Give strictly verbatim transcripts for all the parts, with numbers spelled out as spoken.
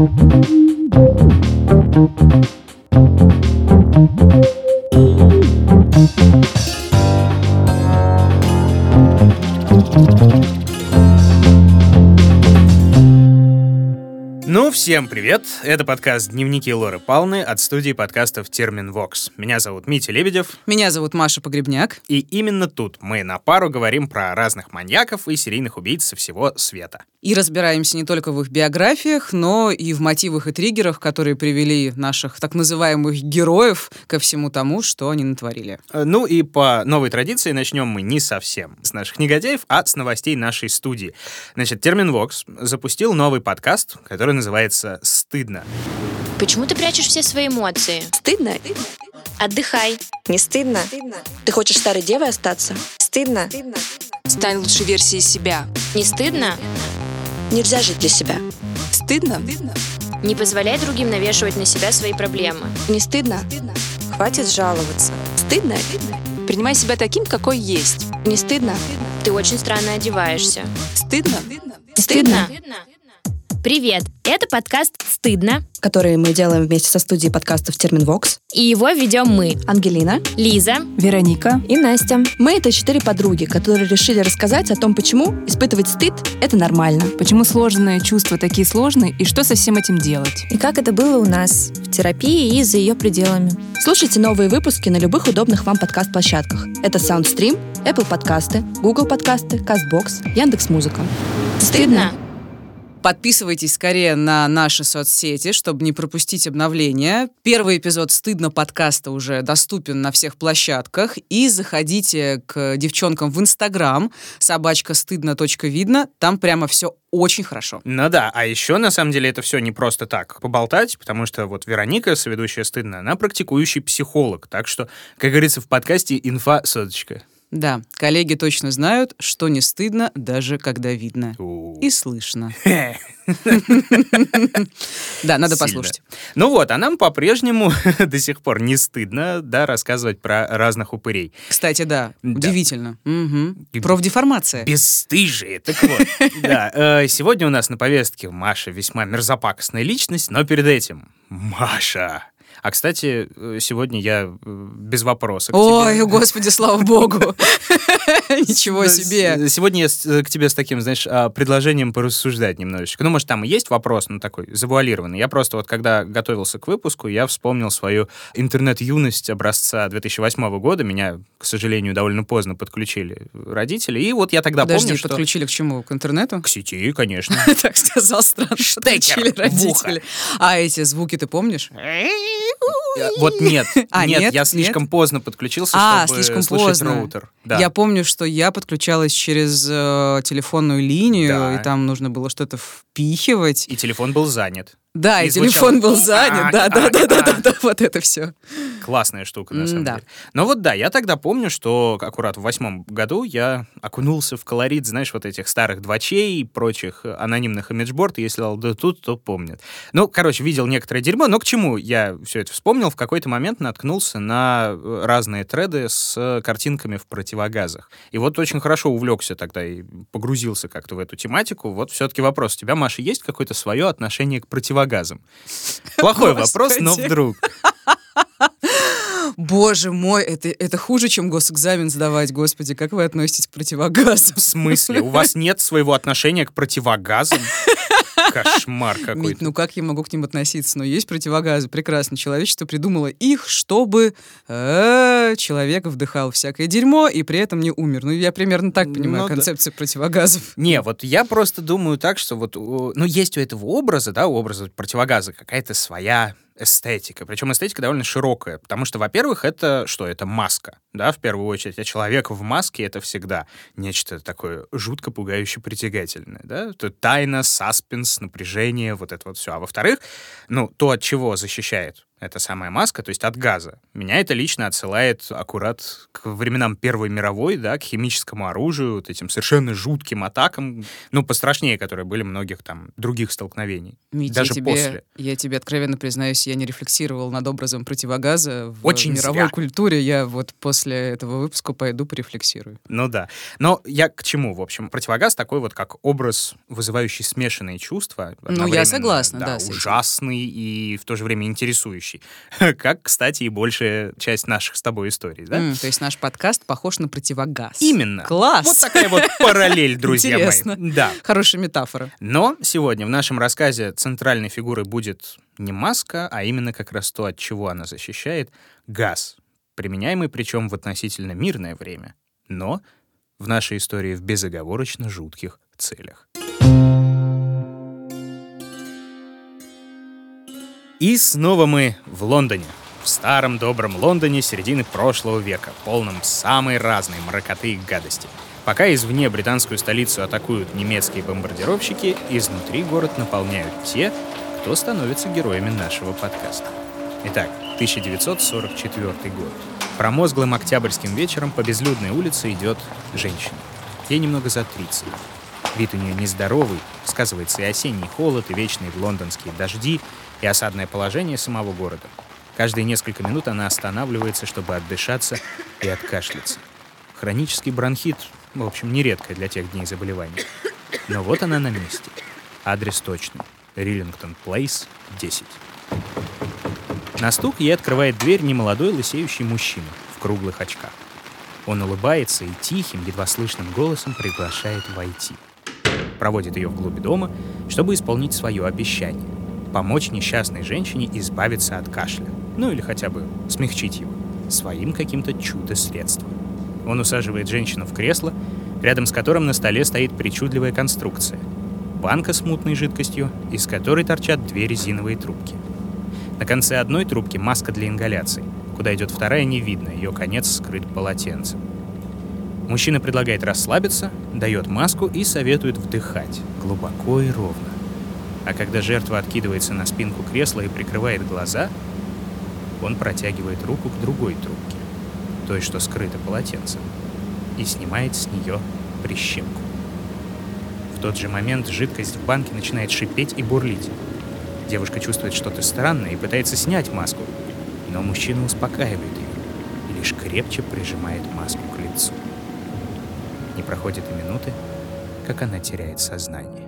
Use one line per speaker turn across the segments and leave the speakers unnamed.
Ну, всем привет! Это подкаст «Дневники Лоры Палны» от студии подкастов «Терминвокс». Меня зовут Митя Лебедев.
Меня зовут Маша Погребняк.
И именно тут мы на пару говорим про разных маньяков и серийных убийц со всего света.
И разбираемся не только в их биографиях, но и в мотивах и триггерах, которые привели наших так называемых героев ко всему тому, что они натворили.
Ну и по новой традиции начнем мы не совсем с наших негодяев, а с новостей нашей студии. Значит, Терминвокс запустил новый подкаст, который называется «Стыдно».
Почему ты прячешь все свои эмоции?
Стыдно?
Отдыхай.
Не стыдно? Ты хочешь старой девой остаться? Стыдно?
Стань лучшей версией себя.
Не стыдно?
Нельзя жить для себя.
Стыдно?
Не позволяй другим навешивать на себя свои проблемы.
Не стыдно? Хватит жаловаться. Стыдно?
Принимай себя таким, какой есть.
Не стыдно?
Ты очень странно одеваешься.
Стыдно?
Стыдно?
Привет, это подкаст «Стыдно»,
Которые мы делаем вместе со студией подкастов Терминвокс.
и его ведем мы,
Ангелина
Лиза.
Вероника.
и Настя. Мы — это четыре подруги, которые решили рассказать о том, почему испытывать стыд — это нормально.
Почему сложные чувства такие сложные и что со всем этим делать?
И как это было у нас в терапии и за ее пределами.
Слушайте новые выпуски на любых удобных вам подкаст-площадках. Это Soundstream, Apple подкасты, Google подкасты, CastBox, Яндекс.Музыка.
Стыдно?
Подписывайтесь скорее на наши соцсети, чтобы не пропустить обновления. Первый эпизод «Стыдно» подкаста уже доступен на всех площадках. И заходите к девчонкам в Инстаграм, собачка стыдно точка видно. Там прямо все очень хорошо.
Ну да, а еще на самом деле это все не просто так поболтать, потому что вот Вероника, соведущая «Стыдно», она практикующий психолог. Так что, как говорится в подкасте, инфа соточка.
Да, коллеги точно знают, что не стыдно, даже когда видно.
У.
И слышно. Да, надо
Сильно.
послушать.
Ну вот, а нам по-прежнему до сих пор не стыдно, да, рассказывать про разных упырей.
Кстати, да,
Да.
удивительно. Мгм. Профдеформация.
Бесстыжие, так вот. Да, э, сегодня у нас на повестке Маша весьма мерзопакостная личность, но перед этим Маша. А, кстати, э, сегодня я э, без вопроса к
Ой,
тебе.
господи, слава богу. Ничего
Да,
себе.
с- Сегодня я с- э, к тебе с таким, знаешь, а, предложением порассуждать немножечко. Ну, может, там и есть вопрос, ну, такой, завуалированный. Я просто вот, когда готовился к выпуску, я вспомнил свою интернет-юность образца две тысячи восьмого года. Меня, к сожалению, довольно поздно подключили родители. И вот я тогда
Подожди,
помню, что...
подключили к чему? К интернету?
К сети, конечно.
Так сказал странно.
Штекер
Подключили
в ухо.
родители. А эти звуки ты помнишь?
Э, Вот нет,
А,
нет,
нет,
я
нет?
слишком поздно подключился,
А,
чтобы
слишком
слышать
поздно.
роутер. Да.
Я помню, что я подключалась через э, телефонную линию,
Да.
и там нужно было что-то впихивать.
И телефон был занят.
Да,
и
и телефон
звучало
был занят.
«А,
Да, да,
а,
да, да,
а».
да, да, вот это все.
Классная штука, на самом
М-да.
деле. Но вот да, я тогда помню, что аккурат в восьмом году я окунулся в колорит, знаешь, вот этих старых двачей и прочих анонимных имиджборд, если да тут, то помнят. Ну, короче, видел некоторое дерьмо, но к чему я все это вспомнил? В какой-то момент наткнулся на разные треды с картинками в противогазах. И вот очень хорошо увлекся тогда и погрузился как-то в эту тематику. Вот все-таки вопрос. У тебя, Маша, есть какое-то свое отношение к противогазам? Плохой вопрос, но
Господи.
вдруг.
Боже мой, это, это хуже, чем госэкзамен сдавать. Господи, как вы относитесь к противогазам?
В смысле? У вас нет своего отношения к противогазам? Кошмар
Мить,
какой-то.
ну как я могу к ним относиться? Но есть противогазы, прекрасно. Человечество придумало их, чтобы э, человек вдыхал всякое дерьмо и при этом не умер. Ну, я примерно так понимаю
Ну да.
концепцию противогазов.
Не, вот я просто думаю так, что вот, у- ну, есть у этого образа, да, у образа противогаза какая-то своя эстетика. Причем эстетика довольно широкая, потому что, во-первых, это что? Это маска, да, в первую очередь. А человек в маске — это всегда нечто такое жутко пугающе притягательное, да? Это тайна, саспенс, напряжение, вот это вот все. А во-вторых, ну, то, от чего защищает эта самая маска, то есть от газа, меня это лично отсылает аккурат к временам Первой мировой, да, к химическому оружию, вот этим совершенно жутким атакам, ну, пострашнее, которые были многих там других столкновений.
Мить,
даже
я тебе,
после.
Я тебе откровенно признаюсь, я не рефлексировал над образом противогаза в
Очень
мировой
зря.
культуре. Я вот после этого выпуска пойду порефлексирую.
Ну да. Но я к чему, в общем? Противогаз такой вот как образ, вызывающий смешанные чувства.
Ну, я согласна, да,
да,
с этим.
ужасный и в то же время интересующий. Как, кстати, и большая часть наших с тобой историй, да?
М, то есть наш подкаст похож на противогаз.
Именно.
Класс!
Вот такая вот параллель, друзья
Интересно.
мои. Да.
Хорошая метафора.
Но сегодня в нашем рассказе центральной фигурой будет не маска, а именно как раз то, от чего она защищает — газ, применяемый причем в относительно мирное время, но в нашей истории в безоговорочно жутких целях. И снова мы в Лондоне. В старом добром Лондоне середины прошлого века, полном самой разной мракоты и гадости. Пока извне британскую столицу атакуют немецкие бомбардировщики, изнутри город наполняют те, кто становится героями нашего подкаста. Итак, тысяча девятьсот сорок четвёртый год. Промозглым октябрьским вечером по безлюдной улице идет женщина. Ей немного за тридцать. Вид у нее нездоровый, сказывается и осенний холод, и вечные лондонские дожди, и осадное положение самого города. Каждые несколько минут она останавливается, чтобы отдышаться и откашляться. Хронический бронхит, в общем, нередкое для тех дней заболевание. Но вот она на месте. Адрес точный. Риллингтон Плейс, десять. На стук ей открывает дверь немолодой лысеющий мужчина в круглых очках. Он улыбается и тихим, едва слышным голосом приглашает войти. Проводит ее вглубь дома, чтобы исполнить свое обещание — помочь несчастной женщине избавиться от кашля, ну или хотя бы смягчить его, своим каким-то чудо-средством. Он усаживает женщину в кресло, рядом с которым на столе стоит причудливая конструкция — банка с мутной жидкостью, из которой торчат две резиновые трубки. На конце одной трубки маска для ингаляции, куда идет вторая не видно, ее конец скрыт полотенцем. Мужчина предлагает расслабиться, дает маску и советует вдыхать глубоко и ровно. А когда жертва откидывается на спинку кресла и прикрывает глаза, он протягивает руку к другой трубке, той, что скрыта полотенцем, и снимает с нее прищепку. В тот же момент жидкость в банке начинает шипеть и бурлить. Девушка чувствует что-то странное и пытается снять маску, но мужчина успокаивает ее и лишь крепче прижимает маску к лицу. Не проходит и минуты, как она теряет сознание.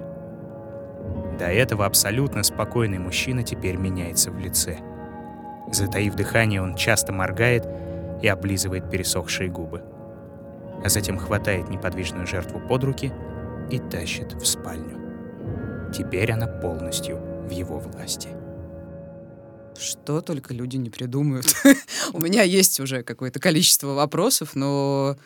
До этого абсолютно спокойный мужчина теперь меняется в лице. Затаив дыхание, он часто моргает и облизывает пересохшие губы, а затем хватает неподвижную жертву под руки и тащит в спальню. Теперь она полностью в его власти.
Что только люди не придумают. У меня есть уже какое-то количество вопросов, но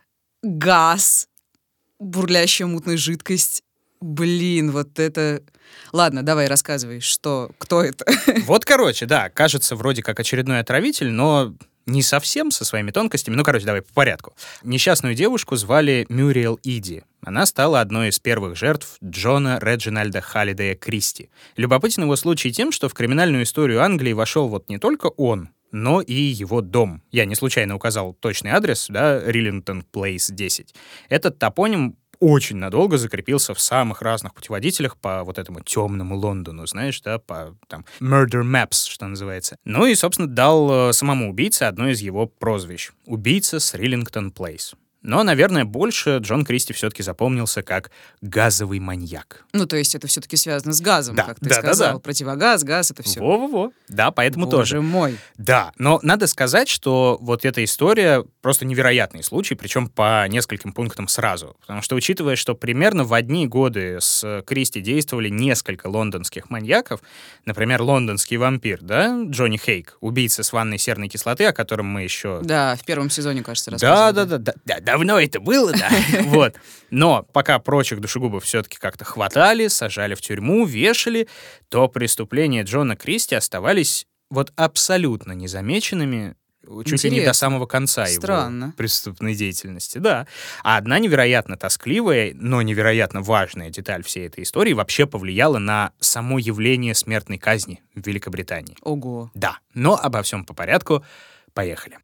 газ, бурлящая мутная жидкость, блин, вот это... Ладно, давай рассказывай, что, кто это?
Вот, короче, да, кажется вроде как очередной отравитель, но не совсем со своими тонкостями. Ну, короче, давай по порядку. Несчастную девушку звали Мюриэл Иди. Она стала одной из первых жертв Джона Реджинальда Халлидея Кристи. Любопытен его случай тем, что в криминальную историю Англии вошел вот не только он, но и его дом. Я не случайно указал точный адрес, да, Риллингтон Плейс, десять. Этот топоним очень надолго закрепился в самых разных путеводителях по вот этому темному Лондону, знаешь, да, по там Murder Maps, что называется. Ну и, собственно, дал э, самому убийце одно из его прозвищ — убийца с Риллингтон Плейс. Но, наверное, больше Джон Кристи все-таки запомнился как газовый маньяк.
Ну, то есть это все-таки связано с газом,
Да,
как ты
да,
сказал.
да, да.
Противогаз, газ, это все.
Во-во-во. Да, поэтому
Боже
тоже.
мой.
Да, но надо сказать, что вот эта история просто невероятный случай, причем по нескольким пунктам сразу. Потому что, учитывая, что примерно в одни годы с Кристи действовали несколько лондонских маньяков, например, лондонский вампир, да, Джонни Хейк, убийца с ванной серной кислоты, о котором мы еще...
Да, в первом сезоне, кажется,
Да,
рассказывали.
да, да, да, да, давно это было, да. Вот. Но пока прочих душегубов все-таки как-то хватали, сажали в тюрьму, вешали, то преступления Джона Кристи оставались вот абсолютно незамеченными чуть ли не до самого конца
Странно.
его преступной деятельности. Да. А одна невероятно тоскливая, но невероятно важная деталь всей этой истории вообще повлияла на само явление смертной казни в Великобритании.
Ого.
Да, но обо всем по порядку. Поехали.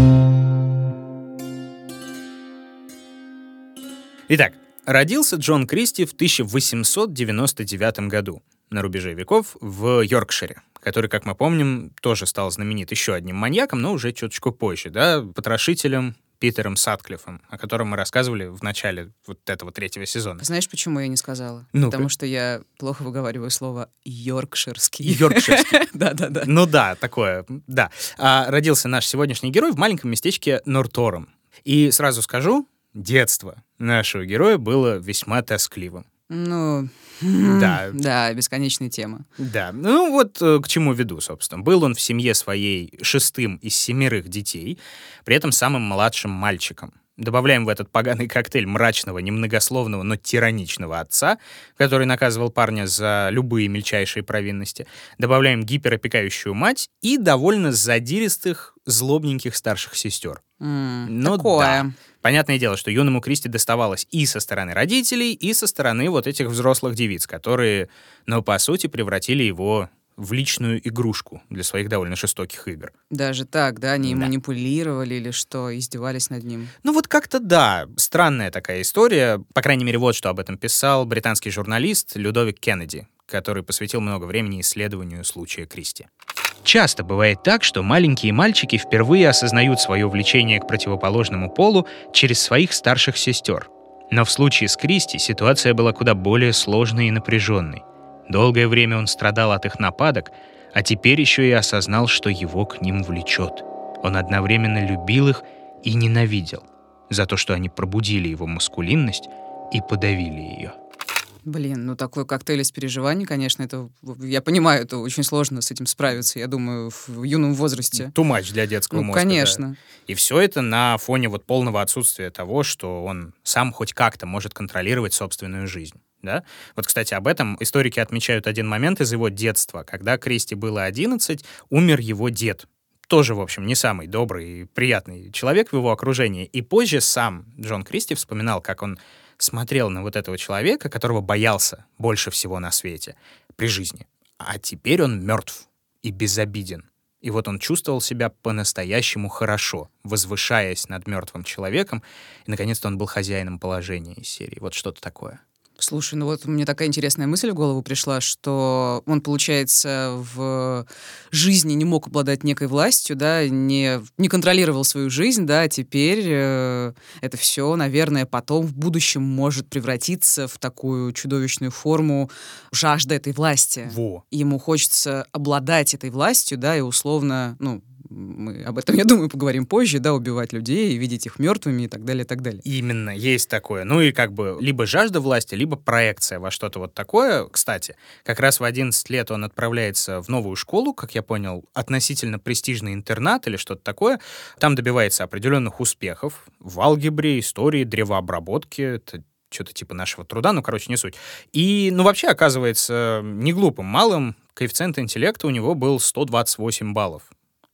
Итак, родился Джон Кристи в тысяча восемьсот девяносто девятом году на рубеже веков в Йоркшире, который, как мы помним, тоже стал знаменит еще одним маньяком, но уже чуточку позже, да, потрошителем Питером Сатклиффом, о котором мы рассказывали в начале вот этого третьего сезона.
Знаешь, почему я не сказала?
Ну-ка.
Потому что я плохо выговариваю слово «йоркширский».
Йоркширский.
Да-да-да.
Ну да, такое, да. А родился наш сегодняшний герой в маленьком местечке Нортором. И сразу скажу, детство нашего героя было весьма тоскливым.
Ну,
Да.
да, бесконечная тема.
Да, ну вот э, к чему веду, собственно. Был он в семье своей шестым из семерых детей, при этом самым младшим мальчиком. Добавляем в этот поганый коктейль мрачного, немногословного, но тираничного отца, который наказывал парня за любые мельчайшие провинности. Добавляем гиперопекающую мать и довольно задиристых, злобненьких старших сестер.
М,
Ну
такое.
да. Понятное дело, что юному Кристи доставалось и со стороны родителей, и со стороны вот этих взрослых девиц, которые, ну, по сути, превратили его в личную игрушку для своих довольно жестоких игр.
Даже так, да? Они им
Да.
манипулировали или что, издевались над ним?
Ну вот как-то да, странная такая история. По крайней мере, вот что об этом писал британский журналист Людовик Кеннеди, который посвятил много времени исследованию случая Кристи. Часто бывает так, что маленькие мальчики впервые осознают свое влечение к противоположному полу через своих старших сестер. Но в случае с Кристи ситуация была куда более сложной и напряженной. Долгое время он страдал от их нападок, а теперь еще и осознал, что его к ним влечет. Он одновременно любил их и ненавидел за то, что они пробудили его маскулинность и подавили ее.
Блин, ну такой коктейль из переживаний, конечно, это... Я понимаю, это очень сложно с этим справиться, я думаю, в юном возрасте.
Too much для детского
Ну,
мозга.
конечно.
Да. И все это на фоне вот полного отсутствия того, что он сам хоть как-то может контролировать собственную жизнь. Да? Вот, кстати, об этом историки отмечают один момент из его детства. Когда Кристи было одиннадцать, умер его дед. Тоже, в общем, не самый добрый и приятный человек в его окружении. И позже сам Джон Кристи вспоминал, как он смотрел на вот этого человека, которого боялся больше всего на свете при жизни. А теперь он мертв и безобиден. И вот он чувствовал себя по-настоящему хорошо, возвышаясь над мертвым человеком. И, наконец-то, он был хозяином положения из серии. Вот что-то такое.
Слушай, ну вот мне такая интересная мысль в голову пришла, что он, получается, в жизни не мог обладать некой властью, да, не, не контролировал свою жизнь, да, а теперь э, это все, наверное, потом в будущем может превратиться в такую чудовищную форму жажды этой власти.
Во.
Ему хочется обладать этой властью, да, и условно, ну, мы об этом, я думаю, поговорим позже, да, убивать людей и видеть их мертвыми и так далее, и так далее.
Именно, есть такое. Ну и как бы либо жажда власти, либо проекция во что-то вот такое. Кстати, как раз в одиннадцать лет он отправляется в новую школу, как я понял, относительно престижный интернат или что-то такое. Там добивается определенных успехов в алгебре, истории, древообработке. Это что-то типа нашего труда, ну, короче, не суть. И, ну, вообще оказывается не глупым малым. Коэффициент интеллекта у него был сто двадцать восемь баллов.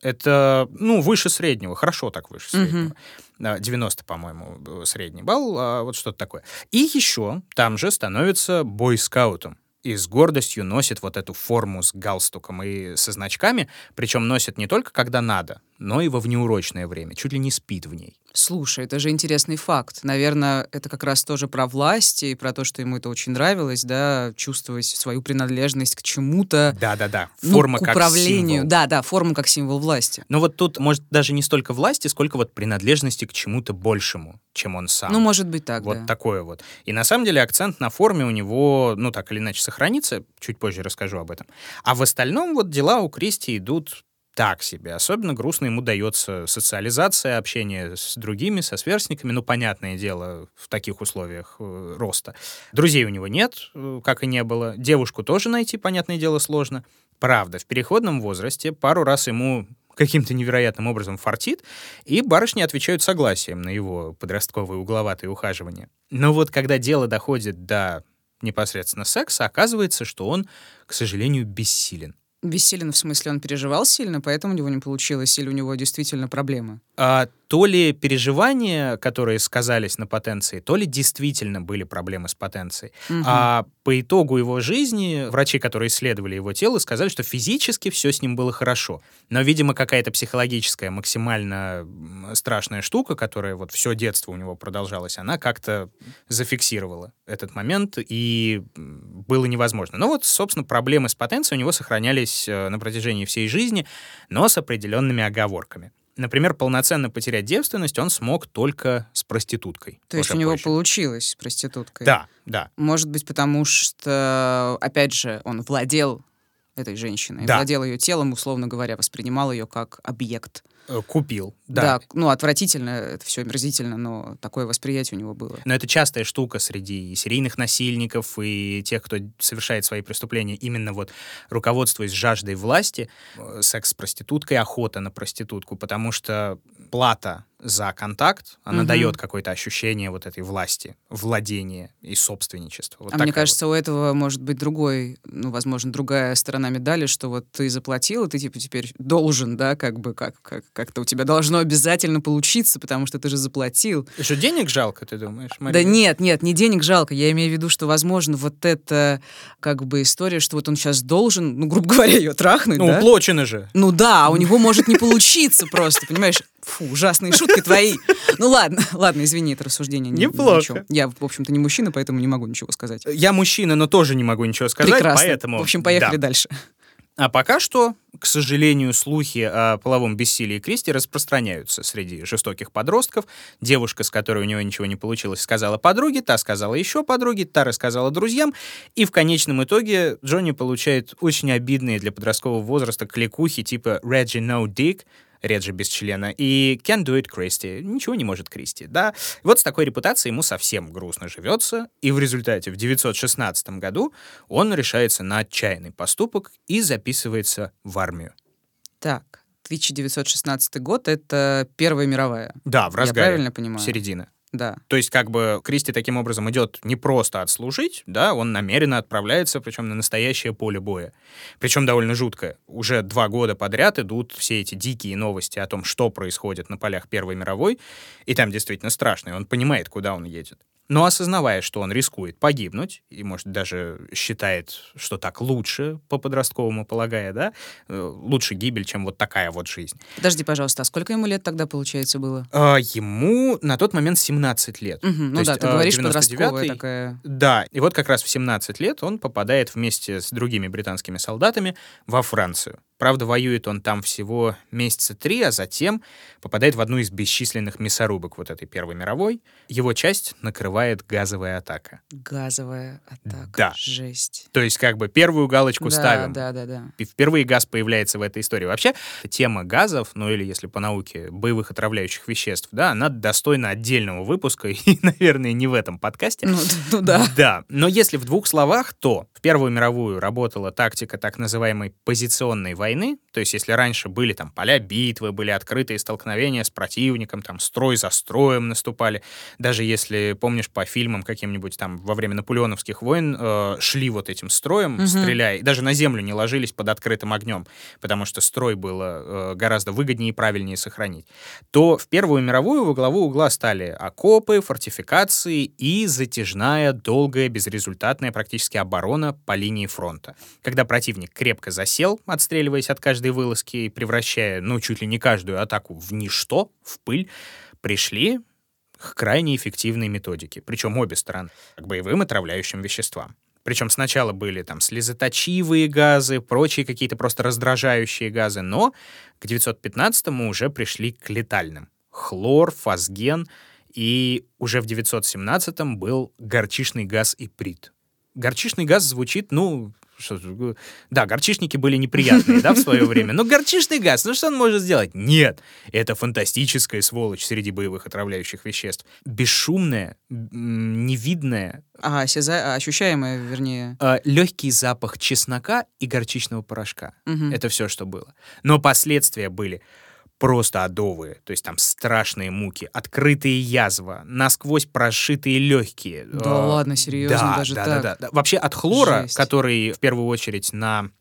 Это, ну, выше среднего, хорошо так выше среднего. Uh-huh. девяносто, по-моему, средний балл, а вот что-то такое. И еще там же становится бойскаутом. И с гордостью носит вот эту форму с галстуком и со значками, причем носит не только когда надо, но и во внеурочное время, чуть ли не спит в ней.
Слушай, это же интересный факт. Наверное, это как раз тоже про власть и про то, что ему это очень нравилось, да, чувствовать свою принадлежность к чему-то.
Да-да-да,
Ну,
форма
к
как
управлению.
символ.
Да-да, форма как символ власти.
Но вот тут, может, даже не столько власти, сколько вот принадлежности к чему-то большему, чем он сам.
Ну, может быть так,
Вот
да.
такое вот. И на самом деле акцент на форме у него, ну, так или иначе сохранится, чуть позже расскажу об этом. А в остальном вот дела у Кристи идут так себе. Особенно грустно ему дается социализация, общение с другими, со сверстниками. Ну, понятное дело, в таких условиях э, роста. Друзей у него нет, э, как и не было. Девушку тоже найти, понятное дело, сложно. Правда, в переходном возрасте пару раз ему каким-то невероятным образом фартит, и барышни отвечают согласием на его подростковые угловатые ухаживания. Но вот когда дело доходит до непосредственно секса, оказывается, что он, к сожалению, бессилен.
Бессилен, в смысле, он переживал сильно, поэтому у него не получилось, или у него действительно проблемы?
А, то ли переживания, которые сказались на потенции, то ли действительно были проблемы с потенцией.
Угу.
А по итогу его жизни врачи, которые исследовали его тело, сказали, что физически все с ним было хорошо. Но, видимо, какая-то психологическая, максимально страшная штука, которая вот все детство у него продолжалась, она как-то зафиксировала этот момент, и было невозможно. Но вот, собственно, проблемы с потенцией у него сохранялись на протяжении всей жизни, но с определенными оговорками. Например, полноценно потерять девственность он смог только с проституткой.
То есть у него позже получилось с проституткой?
Да, да.
Может быть, потому что, опять же, он владел этой женщиной,
да.
владел ее телом, условно говоря, воспринимал ее как объект.
Купил, да.
Да, ну, отвратительно, это все омерзительно, но такое восприятие у него было.
Но это частая штука среди серийных насильников и тех, кто совершает свои преступления, именно вот руководствуясь жаждой власти, секс с проституткой, охота на проститутку, потому что плата за контакт, она угу. дает какое-то ощущение вот этой власти, владения и собственничества. Вот
а мне кажется, вот. у этого может быть другой, ну, возможно, другая сторона медали, что вот ты заплатил, и ты типа теперь должен, да, как бы, как, как, как-то у тебя должно обязательно получиться, потому что ты же заплатил.
Что, денег жалко, ты думаешь, Мария?
Да нет, нет, не денег жалко, я имею в виду, что, возможно, вот эта, как бы, история, что вот он сейчас должен, ну, грубо говоря, ее трахнуть,
ну,
да?
Ну, уплочено же.
Ну да, у него может не получиться просто, понимаешь? Фу, ужасные шутки твои. Ну ладно, ладно, извини, это рассуждение.
Неплохо.
Я, в общем-то, не мужчина, поэтому не могу ничего сказать.
Я мужчина, но тоже не могу ничего сказать.
Прекрасно.
Поэтому...
В общем, поехали
да.
дальше.
А пока что, к сожалению, слухи о половом бессилии Кристи распространяются среди жестоких подростков. Девушка, с которой у него ничего не получилось, сказала подруге, та сказала еще подруге, та рассказала друзьям. И в конечном итоге Джонни получает очень обидные для подросткового возраста кликухи типа «Reggie no dick», Реджи без члена, и «Can't do it, Кристи». Ничего не может Кристи, да? Вот с такой репутацией ему совсем грустно живется, и в результате в девятьсот шестнадцатом году он решается на отчаянный поступок и записывается в армию.
Так, тысяча девятьсот шестнадцатый год — это Первая мировая.
Да, в разгаре.
Я правильно понимаю?
Середина.
Да.
То есть, как бы, Кристи таким образом идет не просто отслужить, да, он намеренно отправляется, причем на настоящее поле боя. Причем довольно жуткое. Уже два года подряд идут все эти дикие новости о том, что происходит на полях Первой мировой, и там действительно страшно, и он понимает, куда он едет. Но осознавая, что он рискует погибнуть, и, может, даже считает, что так лучше, по-подростковому полагая, да, лучше гибель, чем вот такая вот жизнь.
Подожди, пожалуйста, а сколько ему лет тогда, получается, было?
А, ему на тот момент семнадцать лет.
Угу, ну
То
да,
есть,
ты говоришь,
девяносто
подростковая
девятый
такая...
Да, и вот как раз в семнадцать лет он попадает вместе с другими британскими солдатами во Францию. Правда, воюет он там всего месяца три, а затем попадает в одну из бесчисленных мясорубок вот этой Первой мировой. Его часть накрывает газовая атака.
Газовая атака.
Да.
Жесть.
То есть как бы первую галочку
да,
ставим.
Да, да, да.
И впервые газ появляется в этой истории. Вообще, тема газов, ну или, если по науке, боевых отравляющих веществ, да, она достойна отдельного выпуска, и, наверное, не в этом подкасте.
Ну, ну да.
Да. Но если в двух словах, то в Первую мировую работала тактика так называемой позиционной войны. То есть если раньше были там поля битвы, были открытые столкновения с противником, там строй за строем наступали. Даже если, помнишь, по фильмам каким-нибудь там во время наполеоновских войн э, шли вот этим строем, угу. стреляя, и даже на землю не ложились под открытым огнем, потому что строй было э, гораздо выгоднее и правильнее сохранить, то в Первую мировую во главу угла стали окопы, фортификации и затяжная, долгая, безрезультатная практически оборона по линии фронта. Когда противник крепко засел, отстреливаясь от каждой вылазки и превращая, ну, чуть ли не каждую атаку в ничто, в пыль, пришли к крайне эффективной методике. Причем обе стороны, к боевым отравляющим веществам. Причем сначала были там слезоточивые газы, прочие какие-то просто раздражающие газы, но к девятьсот пятнадцатому уже пришли к летальным. Хлор, фосген, и уже в девятьсот семнадцатом был горчичный газ иприт. Горчичный газ звучит, ну... Что, да, горчичники были неприятные, да, в свое время. Но горчичный газ, ну что он может сделать? Нет, это фантастическая сволочь среди боевых отравляющих веществ. Бесшумная, невидная.
А, осяза... ощущаемая, вернее.
Э, легкий запах чеснока и горчичного порошка.
Угу.
Это все, что было. Но последствия были просто адовые, то есть там страшные муки, открытые язва, насквозь прошитые легкие.
Да э, ладно, серьезно,
да,
даже
да,
так?
Да, да, да. Вообще от хлора,
Жесть.
который в первую очередь на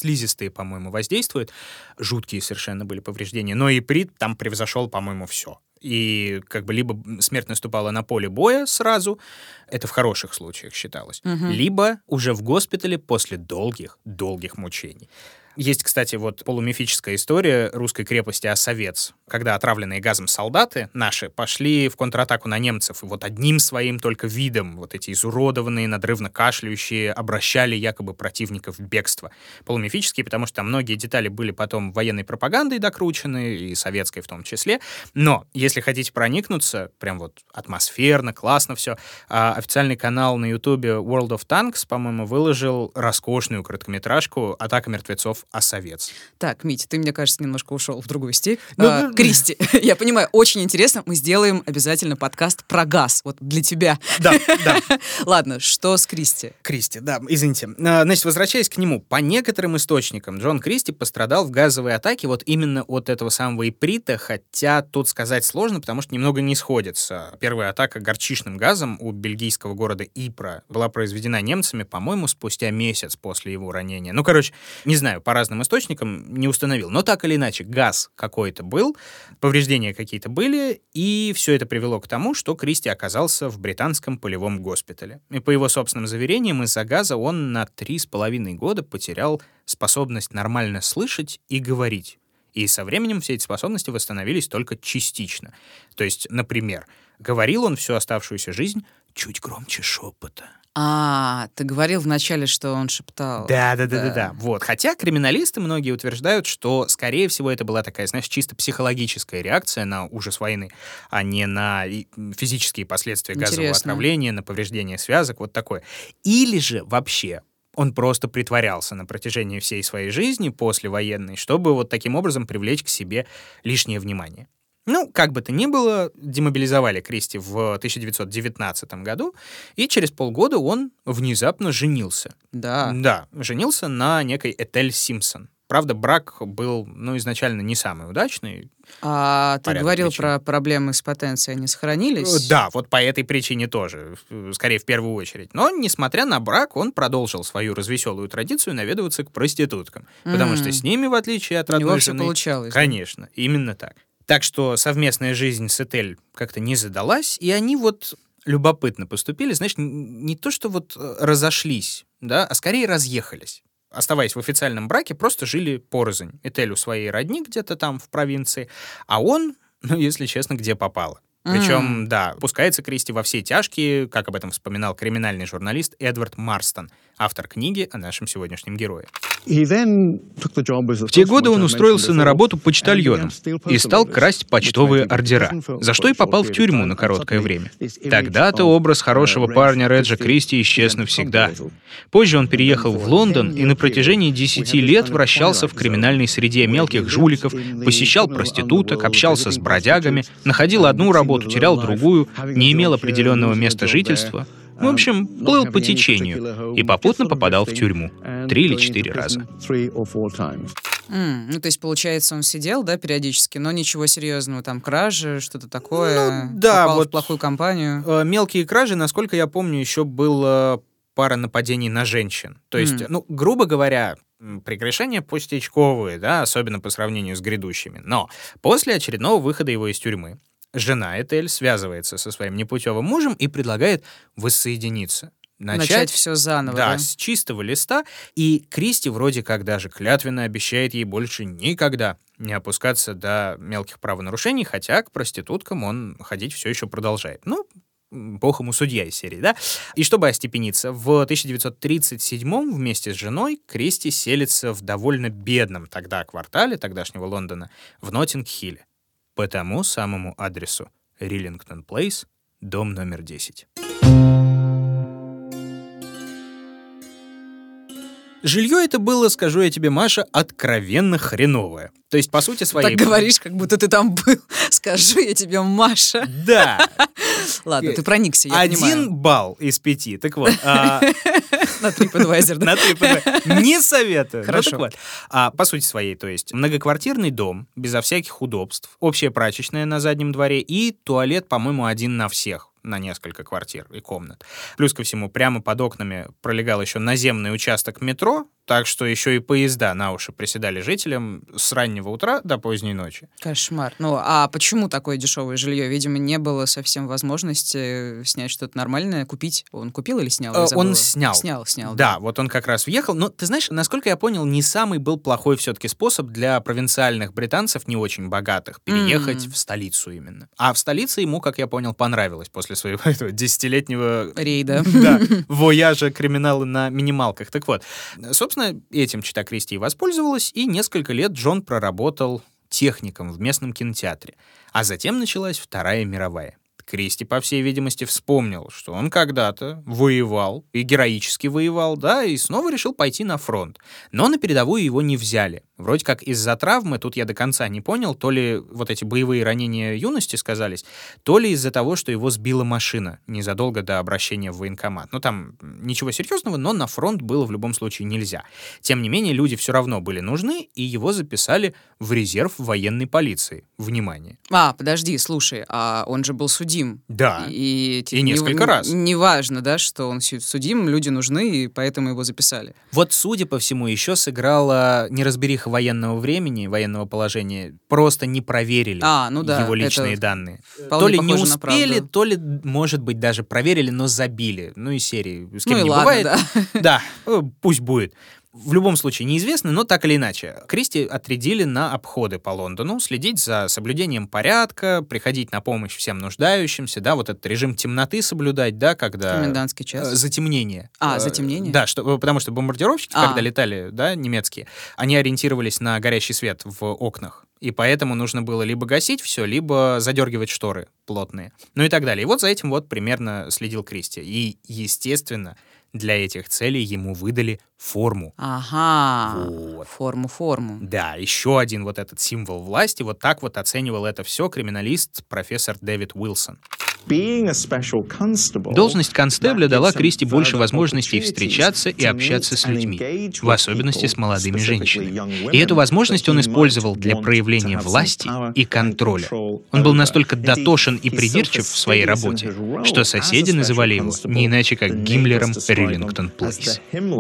слизистые, по-моему, воздействуют. Жуткие совершенно были повреждения. Но иприт там превзошел, по-моему, все. И как бы либо смерть наступала на поле боя сразу, это в хороших случаях считалось, угу. либо уже в госпитале после долгих-долгих мучений. Есть, кстати, вот полумифическая история русской крепости Осовец, когда отравленные газом солдаты наши пошли в контратаку на немцев, и вот одним своим только видом вот эти изуродованные, надрывно кашляющие обращали якобы противников в бегство. Полумифические, потому что там многие детали были потом военной пропагандой докручены, и советской в том числе. Но если хотите проникнуться, прям вот атмосферно, классно все, официальный канал на Ютубе World of Tanks, по-моему, выложил роскошную короткометражку «Атака мертвецов Осовец».
Так, Митя, ты, мне кажется, немножко ушел в другую степь. Ну, а, ну, Кристи, я понимаю, очень интересно. Мы сделаем обязательно подкаст про газ. Вот для тебя.
Да, да.
Ладно, что с Кристи?
Кристи, да, извините. Значит, возвращаясь к нему, по некоторым источникам Джон Кристи пострадал в газовой атаке вот именно от этого самого иприта, хотя тут сказать сложно, потому что немного не сходится. Первая атака горчичным газом у бельгийского города Ипра была произведена немцами, по-моему, спустя месяц после его ранения. Ну, короче, не знаю, по разным источникам не установил. Но так или иначе, газ какой-то был, повреждения какие-то были, и все это привело к тому, что Кристи оказался в британском полевом госпитале. И по его собственным заверениям, из-за газа он на три с половиной года потерял способность нормально слышать и говорить. И со временем все эти способности восстановились только частично. То есть, например, говорил он всю оставшуюся жизнь чуть громче шепота.
А, ты говорил вначале, что он шептал.
Да, да, да, да, да. Вот. Хотя криминалисты многие утверждают, что, скорее всего, это была такая, знаешь, чисто психологическая реакция на ужас войны, а не на физические последствия
Интересно.
газового отравления, на повреждение связок, вот такое. Или же вообще он просто притворялся на протяжении всей своей жизни послевоенной, чтобы вот таким образом привлечь к себе лишнее внимание. Ну, как бы то ни было, демобилизовали Кристи в тысяча девятьсот девятнадцатом году, и через полгода он внезапно женился.
Да.
Да, женился на некой Этель Симпсон. Правда, брак был, ну, изначально не самый удачный.
А ты говорил причин. Про проблемы с потенцией, они сохранились?
Да, вот по этой причине тоже, скорее в первую очередь. Но, несмотря на брак, он продолжил свою развеселую традицию наведываться к проституткам, mm. потому что с ними, в отличие от родной жены... У него все
получалось.
Конечно, да? Именно так. Так что совместная жизнь с Этель как-то не задалась, и они вот любопытно поступили, знаешь, не то что вот разошлись, да, а скорее разъехались. Оставаясь в официальном браке, просто жили порознь. Этель у своей родни где-то там в провинции, а он, ну, если честно, где попало. Причем, mm. да, пускается Кристи во все тяжкие, как об этом вспоминал криминальный журналист Эдвард Марстон, автор книги о нашем сегодняшнем герое.
В те годы он устроился на работу почтальоном и стал красть почтовые ордера, за что и попал в тюрьму на короткое время. Тогда-то образ хорошего парня Реджа Кристи исчез навсегда. Позже он переехал в Лондон и на протяжении десяти лет вращался в криминальной среде мелких жуликов, посещал проституток, общался с бродягами, находил одну работу, терял другую, не имел определенного места жительства. В общем, плыл по течению и попутно попадал в тюрьму. Три или четыре раза.
Mm, ну, то есть, получается, он сидел, да, периодически, но ничего серьезного, там, кражи, что-то такое,
ну, да,
попал
вот
в плохую компанию.
Э, мелкие кражи, насколько я помню, еще было пара нападений на женщин. То есть, mm. ну, грубо говоря, прегрешения пустячковые, да, особенно по сравнению с грядущими. Но после очередного выхода его из тюрьмы жена Этель связывается со своим непутевым мужем и предлагает воссоединиться.
Начать, Начать все заново, да,
да, с чистого листа. И Кристи вроде как даже клятвенно обещает ей больше никогда не опускаться до мелких правонарушений, хотя к проституткам он ходить все еще продолжает. Ну, бог ему судья из серии, да? И чтобы остепениться, в тысяча девятьсот тридцать седьмом вместе с женой Кристи селится в довольно бедном тогда квартале тогдашнего Лондона в Ноттинг-Хилле. По тому самому адресу Риллингтон Плейс, дом номер десять. Жилье это было, скажу я тебе, Маша, откровенно хреновое. То есть, по сути своей...
Так говоришь, как будто ты там был. Скажу я тебе, Маша.
Да.
Ладно, ты проникся, я
Один
понимаю.
балл из пяти. Так вот.
На TripAdvisor, да?
На TripAdvisor. Не советую.
Хорошо.
Ну, так вот. А, по сути своей, то есть, многоквартирный дом, безо всяких удобств, общая прачечная на заднем дворе и туалет, по-моему, один на всех. На несколько квартир и комнат. Плюс ко всему, прямо под окнами пролегал еще наземный участок метро, Так что еще и поезда на уши приседали жителям с раннего утра до поздней ночи.
Кошмар. Ну, а почему такое дешевое жилье? Видимо, не было совсем возможности снять что-то нормальное, купить. Он купил или снял? Я забыла.
Он снял.
Снял, снял.
Да, да, вот он как раз въехал. Но, ты знаешь, насколько я понял, не самый был плохой все-таки способ для провинциальных британцев, не очень богатых, переехать mm. в столицу именно. А в столице ему, как я понял, понравилось после своего этого десятилетнего...
рейда.
Да, вояжа криминала на минималках. Так вот, собственно, этим чета Кристи и воспользовалась, и несколько лет Джон проработал техником в местном кинотеатре. А затем началась Вторая мировая. Кристи, по всей видимости, вспомнил, что он когда-то воевал, и героически воевал, да, и снова решил пойти на фронт. Но на передовую его не взяли. Вроде как из-за травмы, тут я до конца не понял, то ли вот эти боевые ранения юности сказались, то ли из-за того, что его сбила машина незадолго до обращения в военкомат. Ну, там ничего серьезного, но на фронт было в любом случае нельзя. Тем не менее, люди все равно были нужны, и его записали в резерв военной полиции. Внимание.
А, подожди, слушай, а он же был судим.
Да,
и,
и несколько
не,
раз.
Неважно, да, что он судим, люди нужны, и поэтому его записали.
Вот, судя по всему, еще сыграла неразбериха военного времени, военного положения, просто не проверили
а, ну да,
его личные данные.
То
ли не успели, то ли, может быть, даже проверили, но забили. Ну, из серии «С кем
ну
не
ладно,
бывает».
Да.
Да, пусть будет. В любом случае неизвестно, но так или иначе. Кристи отрядили на обходы по Лондону, следить за соблюдением порядка, приходить на помощь всем нуждающимся, да, вот этот режим темноты соблюдать, да, когда...
Комендантский час.
Затемнение.
А, затемнение?
Да, что, потому что бомбардировщики,
а.
когда летали, да, немецкие, они ориентировались на горящий свет в окнах. И поэтому нужно было либо гасить все, либо задергивать шторы плотные. Ну и так далее. И вот за этим вот примерно следил Кристи. И, естественно, для этих целей ему выдали форму.
Ага,
вот.
форму, форму.
Да, еще один вот этот символ власти. Вот так вот оценивал это все криминалист профессор Дэвид Уилсон.
Должность констебля дала Кристи больше возможностей встречаться и общаться с людьми, в особенности с молодыми женщинами. И эту возможность он использовал для проявления власти и контроля. Он был настолько дотошен и придирчив в своей работе, что соседи называли его не иначе как Гиммлером Риллингтон Плейс.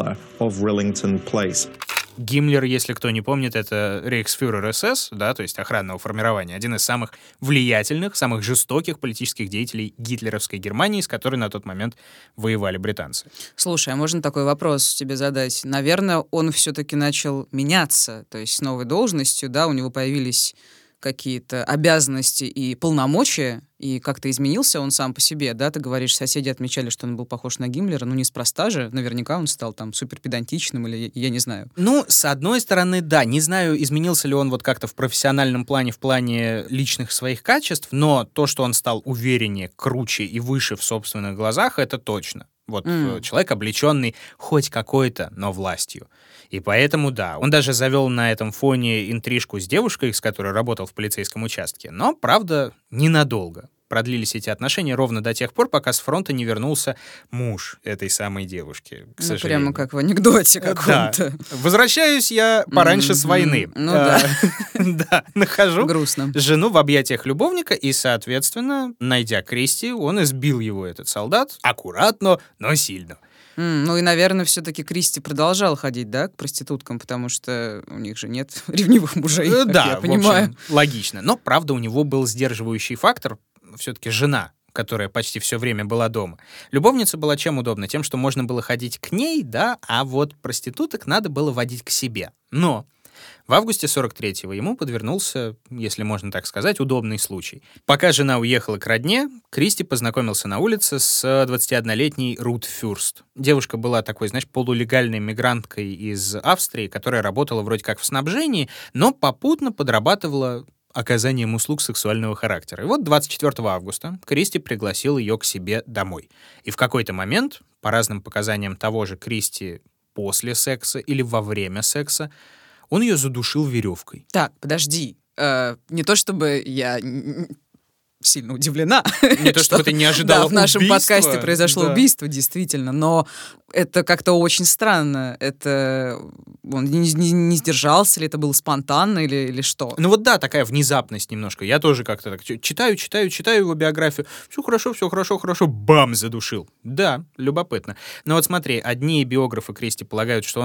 Гиммлер, если кто не помнит, это рейхсфюрер эс эс, да, то есть охранного формирования, один из самых влиятельных, самых жестоких политических деятелей гитлеровской Германии, с которой на тот момент воевали британцы.
Слушай, а можно такой вопрос тебе задать? Наверное, он все-таки начал меняться, то есть с новой должностью, да, у него появились какие-то обязанности и полномочия, и как-то изменился он сам по себе, да, ты говоришь, соседи отмечали, что он был похож на Гиммлера, ну, неспроста же, наверняка он стал там суперпедантичным или я не знаю.
Ну, с одной стороны, да, не знаю, изменился ли он вот как-то в профессиональном плане, в плане личных своих качеств, но то, что он стал увереннее, круче и выше в собственных глазах, это точно. Вот mm. человек, облеченный хоть какой-то, но властью. И поэтому, да, он даже завел на этом фоне интрижку с девушкой, с которой работал в полицейском участке. Но, правда, ненадолго. Продлились эти отношения ровно до тех пор, пока с фронта не вернулся муж этой самой девушки, к
ну,
сожалению.
Прямо как в анекдоте каком-то.
Да. Возвращаюсь я пораньше mm-hmm. с войны.
Ну да.
Да, нахожу
Грустно.
жену в объятиях любовника, и, соответственно, найдя Кристи, он избил его, этот солдат, аккуратно, но сильно.
Mm, ну и, наверное, все-таки Кристи продолжал ходить, да, к проституткам, потому что у них же нет ревнивых мужей, как
да,
я понимаю.
В общем, логично. Но, правда, у него был сдерживающий фактор, все-таки жена, которая почти все время была дома. Любовница была чем удобна? Тем, что можно было ходить к ней, да, а вот проституток надо было водить к себе. Но в августе сорок третьего ему подвернулся, если можно так сказать, удобный случай. Пока жена уехала к родне, Кристи познакомился на улице с двадцатиоднолетней Рут Фюрст. Девушка была такой, знаешь, полулегальной мигранткой из Австрии, которая работала вроде как в снабжении, но попутно подрабатывала оказанием услуг сексуального характера. И вот двадцать четвёртого августа Кристи пригласил ее к себе домой. И в какой-то момент, по разным показаниям того же Кристи после секса или во время секса, он ее задушил веревкой.
Так, подожди. Э, не то чтобы я сильно удивлена.
Не то чтобы ты не ожидала убийства.
Да, в нашем подкасте произошло
да.
убийство, действительно, но это как-то очень странно. Это он не, не, не сдержался, или это было спонтанно, или, или что?
Ну вот да, такая внезапность немножко. Я тоже как-то так читаю, читаю, читаю его биографию. Все хорошо, все хорошо, хорошо. Бам! Задушил. Да, любопытно. Но вот смотри, одни биографы Кристи полагают, что он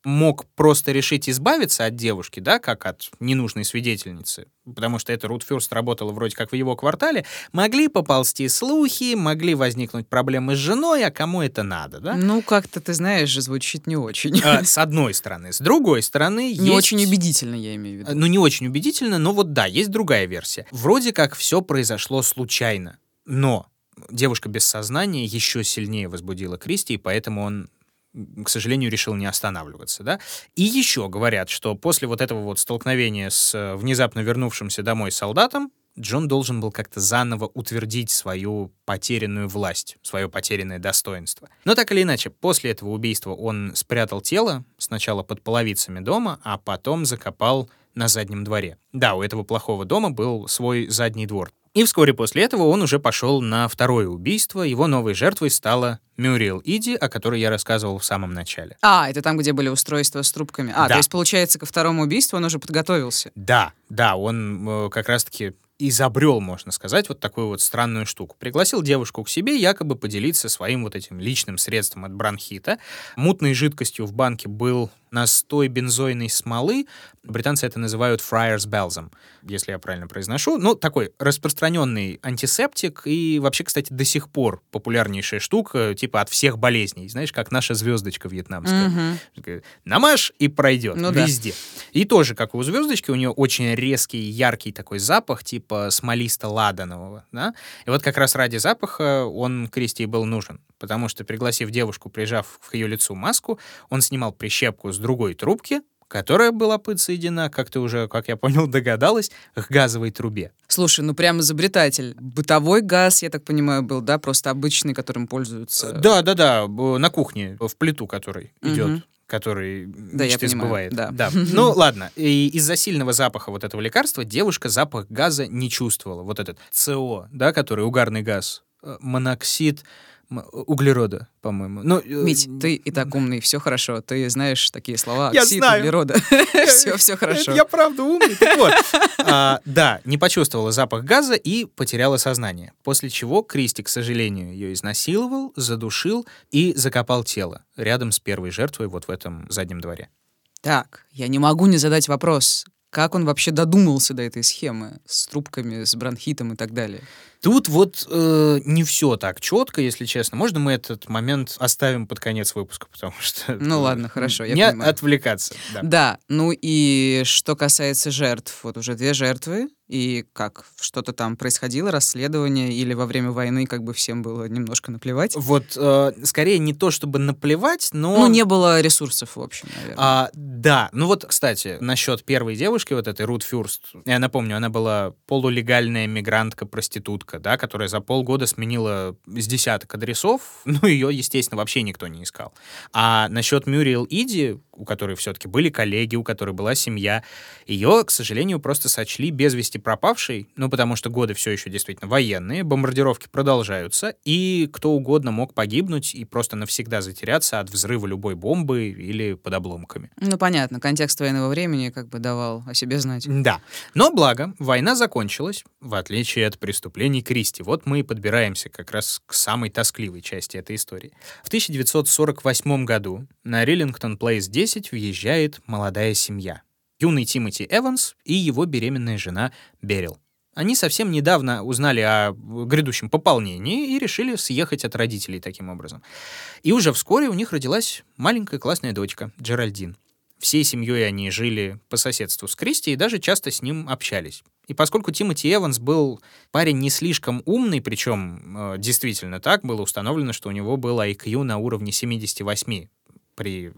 мог просто решить избавиться от девушки, да, как от ненужной свидетельницы, потому что эта Рут Фюрст работала вроде как в его квартале, могли поползти слухи, могли возникнуть проблемы с женой, а кому это надо, да?
Ну, как-то, ты знаешь, звучит не очень.
А, с одной стороны. С другой стороны,
не
есть...
очень убедительно, я имею в виду.
Ну, не очень убедительно, но вот да, есть другая версия. Вроде как все произошло случайно, но девушка без сознания еще сильнее возбудила Кристи, и поэтому он, к сожалению, решил не останавливаться, да. И еще говорят, что после вот этого вот столкновения с внезапно вернувшимся домой солдатом Джон должен был как-то заново утвердить свою потерянную власть, свое потерянное достоинство. Но так или иначе, после этого убийства он спрятал тело сначала под половицами дома, а потом закопал на заднем дворе. Да, у этого плохого дома был свой задний двор. И вскоре после этого он уже пошел на второе убийство. Его новой жертвой стала Мюриэл Иди, о которой я рассказывал в самом начале.
А, это там, где были устройства с трубками. А,
да.
То есть, получается, ко второму убийству он уже подготовился.
Да, да, он э, как раз-таки изобрел, можно сказать, вот такую вот странную штуку. Пригласил девушку к себе, якобы поделиться своим вот этим личным средством от бронхита. Мутной жидкостью в банке был настой бензойной смолы. Британцы это называют Friar's Balsam, если я правильно произношу. Ну, такой распространенный антисептик и вообще, кстати, до сих пор популярнейшая штука, типа от всех болезней. Знаешь, как наша звездочка вьетнамская. Mm-hmm. Намажь и пройдет ну, везде. Да. И тоже, как у звездочки, у нее очень резкий, яркий такой запах, типа смолисто-ладанового. Да? И вот как раз ради запаха он Кристи был нужен. Потому что, пригласив девушку, прижав к ее лицу маску, он снимал прищепку с другой трубки, которая была подсоединена, как ты уже, как я понял, догадалась, к газовой трубе.
Слушай, ну прям изобретатель. Бытовой газ, я так понимаю, был, да? Просто обычный, которым пользуются.
Да-да-да, на кухне, в плиту который идет. Угу. Который
да,
мечты сбывает.
Да.
Да. Ну, ладно. И из-за сильного запаха вот этого лекарства девушка запах газа не чувствовала. Вот этот СО, да, который угарный газ, моноксид углерода, по-моему. Ну,
Мить, ты и так умный, все хорошо. Ты знаешь такие слова,
я
оксид
знаю.
углерода. Все, все хорошо.
Я правда умный. Так вот. а, да, не почувствовала запах газа и потеряла сознание. После чего Кристи, к сожалению, ее изнасиловал, задушил и закопал тело рядом с первой жертвой вот в этом заднем дворе.
Так, я не могу не задать вопрос. Как он вообще додумался до этой схемы с трубками, с бронхитом и так далее?
Тут вот э, не все так четко, если честно. Можно мы этот момент оставим под конец выпуска, потому что...
Ну ладно, хорошо, я
не
понимаю.
отвлекаться. Да.
да, ну и что касается жертв, вот уже две жертвы, и как, что-то там происходило, расследование, или во время войны как бы всем было немножко наплевать?
Вот, э, скорее не то, чтобы наплевать, но...
Ну, не было ресурсов, в общем, наверное.
А, да, ну вот, кстати, насчет первой девушки, вот этой Рут Фюрст, я напомню, она была полулегальная мигрантка-проститутка, да, которая за полгода сменила с десяток адресов, ну, ее, естественно, вообще никто не искал. А насчет Мюриэл Иди, у которой все-таки были коллеги, у которой была семья, ее, к сожалению, просто сочли без вести пропавшей, ну, потому что годы все еще действительно военные, бомбардировки продолжаются, и кто угодно мог погибнуть и просто навсегда затеряться от взрыва любой бомбы или под обломками.
Ну, понятно, контекст военного времени как бы давал о себе знать.
Да, но благо, война закончилась, в отличие от преступлений Кристи. Вот мы и подбираемся как раз к самой тоскливой части этой истории. В тысяча девятьсот сорок восьмом году на Риллингтон Плейс десять въезжает молодая семья. Юный Тимоти Эванс и его беременная жена Берил. Они совсем недавно узнали о грядущем пополнении и решили съехать от родителей таким образом. И уже вскоре у них родилась маленькая классная дочка Джеральдин. Всей семьей они жили по соседству с Кристи и даже часто с ним общались. И поскольку Тимоти Эванс был парень не слишком умный, причем э, действительно так, было установлено, что у него был ай кью на уровне семьдесят восемь при,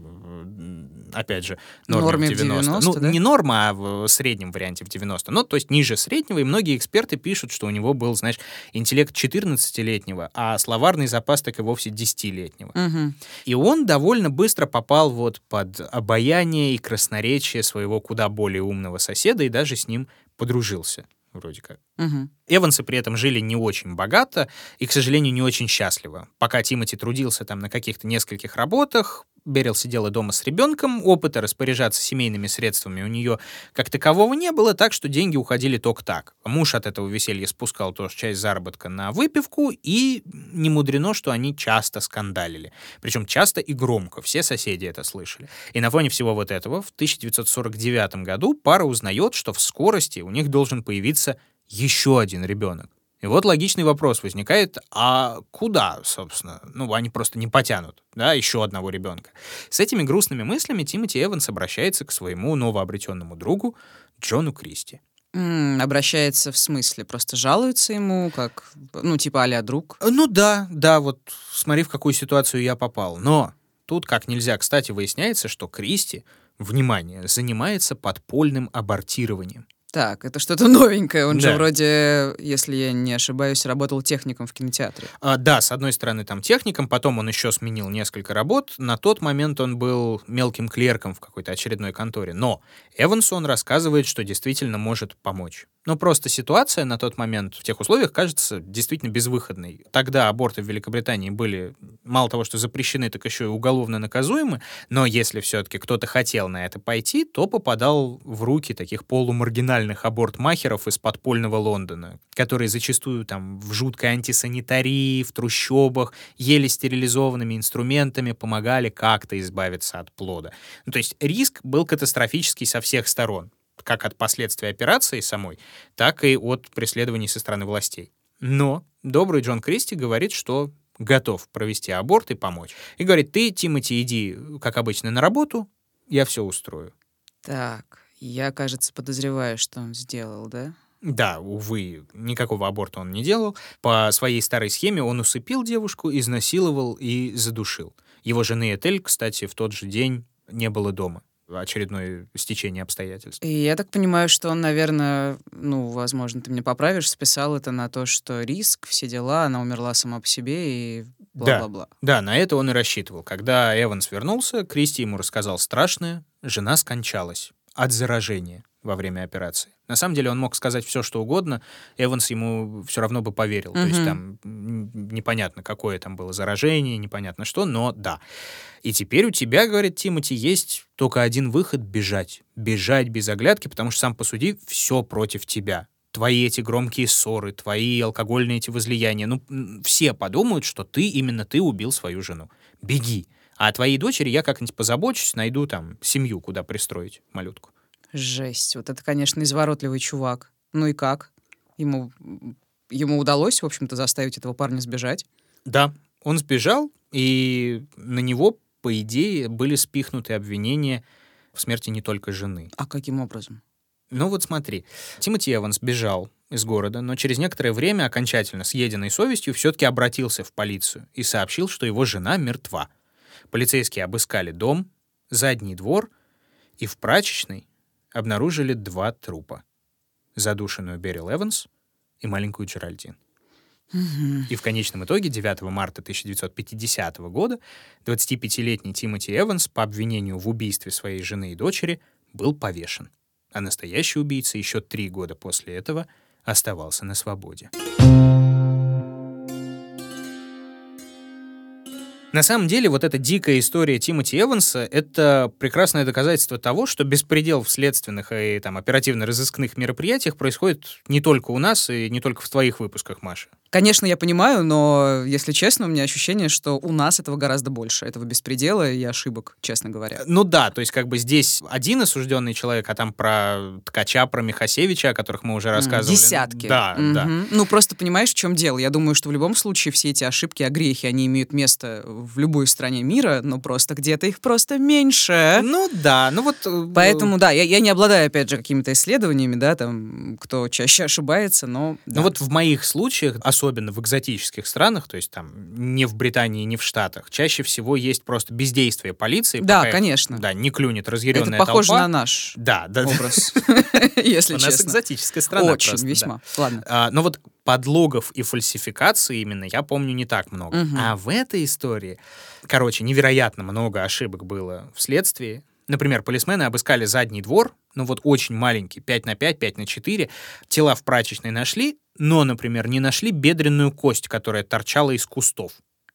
опять же, норме,
норме
в девяносто.
в девяносто,
ну,
да?
не норма, а в среднем варианте в девяносто. Ну, то есть ниже среднего, и многие эксперты пишут, что у него был, знаешь, интеллект четырнадцатилетнего, а словарный запас так и вовсе десятилетнего.
Угу.
И он довольно быстро попал вот под обаяние и красноречие своего куда более умного соседа и даже с ним подружился. Вроде как.
Угу.
Эвансы при этом жили не очень богато и, к сожалению, не очень счастливо. Пока Тимоти трудился там на каких-то нескольких работах, Берил сидела дома с ребенком, опыта распоряжаться семейными средствами у нее как такового не было, так что деньги уходили только так. Муж от этого веселья спускал тоже часть заработка на выпивку, и не мудрено, что они часто скандалили. Причем часто и громко, все соседи это слышали. И на фоне всего вот этого в тысяча девятьсот сорок девятом году пара узнает, что в скорости у них должен появиться еще один ребенок. И вот логичный вопрос возникает, а куда, собственно? Ну, они просто не потянут, да, еще одного ребенка. С этими грустными мыслями Тимоти Эванс обращается к своему новообретенному другу Джону Кристи.
М, обращается в смысле? Просто жалуется ему, как, ну, типа а-ля друг?
Ну да, да, вот смотри, в какую ситуацию я попал. Но тут как нельзя, кстати, выясняется, что Кристи, внимание, занимается подпольным абортированием.
Так, это что-то новенькое. Он
Да.
же вроде, если я не ошибаюсь, работал техником в кинотеатре.
А, да, с одной стороны там техником, потом он еще сменил несколько работ. На тот момент он был мелким клерком в какой-то очередной конторе. Но Эвансу он рассказывает, что действительно может помочь. Но просто ситуация на тот момент в тех условиях кажется действительно безвыходной. Тогда аборты в Великобритании были мало того, что запрещены, так еще и уголовно наказуемы. Но если все-таки кто-то хотел на это пойти, то попадал в руки таких полумаргинальных абортмахеров из подпольного Лондона, которые зачастую там в жуткой антисанитарии, в трущобах, еле стерилизованными инструментами помогали как-то избавиться от плода. Ну, то есть риск был катастрофический со всех сторон, как от последствий операции самой, так и от преследований со стороны властей. Но добрый Джон Кристи говорит, что готов провести аборт и помочь. И говорит, ты, Тимоти, иди, как обычно, на работу, я все устрою.
Так, я, кажется, подозреваю, что он сделал, да?
Да, увы, никакого аборта он не делал. По своей старой схеме он усыпил девушку, изнасиловал и задушил. Его жены Этель, кстати, в тот же день не было дома. Очередное стечение обстоятельств.
И я так понимаю, что он, наверное, ну, возможно, ты меня поправишь, списал это на то, что риск, все дела, она умерла сама по себе и бла-бла-бла.
Да, на это он и рассчитывал. Когда Эванс вернулся, Кристи ему рассказал страшное. Жена скончалась от заражения во время операции. На самом деле он мог сказать все, что угодно, Эванс ему все равно бы поверил.
Мгм.
То есть там непонятно, какое там было заражение, непонятно что, но да. И теперь у тебя, говорит Тимоти, есть только один выход — бежать. Бежать без оглядки, потому что, сам посуди, все против тебя. Твои эти громкие ссоры, твои алкогольные эти возлияния. Ну, все подумают, что ты, именно ты убил свою жену. Беги. А о твоей дочери я как-нибудь позабочусь, найду там семью, куда пристроить малютку.
Жесть. Вот это, конечно, изворотливый чувак. Ну и как? Ему, ему удалось, в общем-то, заставить этого парня сбежать?
Да, он сбежал, и на него, по идее, были спихнуты обвинения в смерти не только жены.
А каким образом?
Ну вот смотри, Тимоти Эванс бежал из города, но через некоторое время, окончательно съеденной совестью, все-таки обратился в полицию и сообщил, что его жена мертва. Полицейские обыскали дом, задний двор, и в прачечной обнаружили два трупа. Задушенную Берил Эванс и маленькую Джеральдин.
Мгм.
И в конечном итоге девятого марта тысяча девятьсот пятидесятого года двадцатипятилетний Тимоти Эванс по обвинению в убийстве своей жены и дочери был повешен. А настоящий убийца еще три года после этого оставался на свободе. На самом деле, вот эта дикая история Тимоти Эванса — это прекрасное доказательство того, что беспредел в следственных и там, оперативно-розыскных мероприятиях происходит не только у нас и не только в твоих выпусках, Маша.
Конечно, я понимаю, но, если честно, у меня ощущение, что у нас этого гораздо больше, этого беспредела и ошибок, честно говоря.
Ну да, то есть как бы здесь один осужденный человек, а там про Ткача, про Михасевича, о которых мы уже рассказывали.
Десятки.
Да, да.
Мгм. Ну, просто понимаешь, в чем дело? Я думаю, что в любом случае все эти ошибки, огрехи, они имеют место в любой стране мира, но просто где-то их просто меньше.
Ну да, ну вот... э,
Поэтому, да, я, я не обладаю, опять же, какими-то исследованиями, да, там, кто чаще ошибается, но...
Ну
да.
вот в моих случаях, особенно в экзотических странах, то есть там не в Британии, не в Штатах, чаще всего есть просто бездействие полиции.
Да,
пока их,
конечно.
да, не клюнет разъяренная
Это похоже
толпа.
на наш
Да, да, да.
образ, если
У нас
честно.
экзотическая страна
Очень,
просто, да.
весьма. Ладно.
А, но вот подлогов и фальсификаций именно я помню не так много.
Мгм.
А в этой истории, короче, невероятно много ошибок было в следствии. Например, полисмены обыскали задний двор, ну вот очень маленький, пять на пять, пять на четыре. Тела в прачечной нашли, но, например, не нашли бедренную кость, которая торчала из кустов.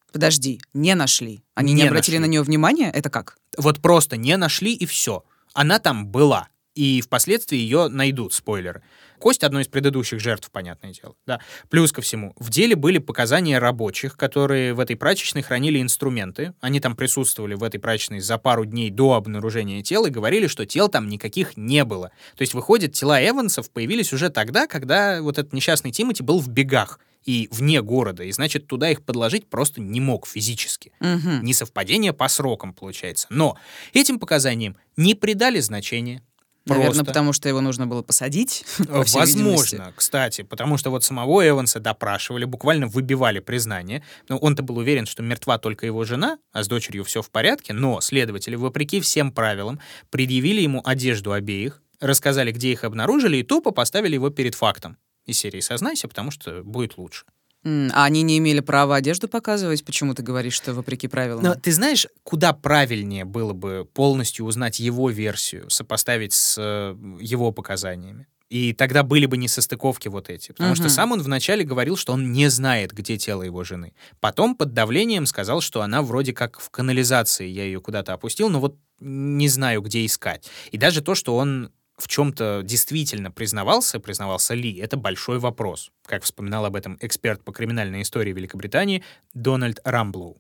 Подожди, не нашли? Они не,
Не
обратили
нашли.
на нее внимания? Это как?
Вот просто не нашли, и все. Она там была. И впоследствии ее найдут, спойлеры. Кость — одной из предыдущих жертв, понятное дело. Да. Плюс ко всему, в деле были показания рабочих, которые в этой прачечной хранили инструменты. Они там присутствовали в этой прачечной за пару дней до обнаружения тела и говорили, что тел там никаких не было. То есть, выходит, тела Эвансов появились уже тогда, когда вот этот несчастный Тимоти был в бегах и вне города, и, значит, туда их подложить просто не мог физически.
Угу.
Несовпадение по срокам, получается. Но этим показаниям не придали значения.
Наверное,
Просто.
потому что его нужно было посадить. по всей видимости.
Возможно, кстати, потому что вот самого Эванса допрашивали, буквально выбивали признание. Но он-то был уверен, что мертва только его жена, а с дочерью все в порядке. Но следователи, вопреки всем правилам, предъявили ему одежду обеих, рассказали, где их обнаружили, и тупо поставили его перед фактом. Из серии «Сознайся, потому что будет лучше».
М, А они не имели права одежду показывать? Почему ты говоришь, что вопреки правилам?
Но ты знаешь, куда правильнее было бы полностью узнать его версию, сопоставить с э, его показаниями? И тогда были бы несостыковки вот эти. Потому что
Мгм.
сам он вначале говорил, что он не знает, где тело его жены. Потом под давлением сказал, что она вроде как в канализации, я ее куда-то опустил, но вот не знаю, где искать. И даже то, что он в чем-то действительно признавался, признавался ли, это большой вопрос. Как вспоминал об этом эксперт по криминальной истории Великобритании Дональд Рамблоу.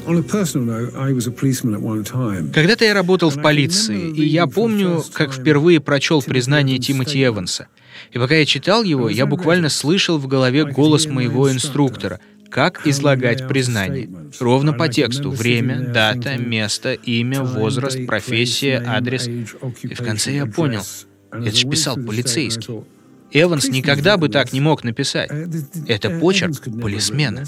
Когда-то я работал в полиции, и я помню, как впервые прочел признание Тимоти Эванса. И пока я читал его, я буквально слышал в голове голос моего инструктора, как излагать признание. Ровно по тексту. Время, дата, место, имя, возраст, профессия, адрес. И в конце я понял, это ж писал полицейский. Эванс никогда бы так не мог написать. Это почерк полисмена.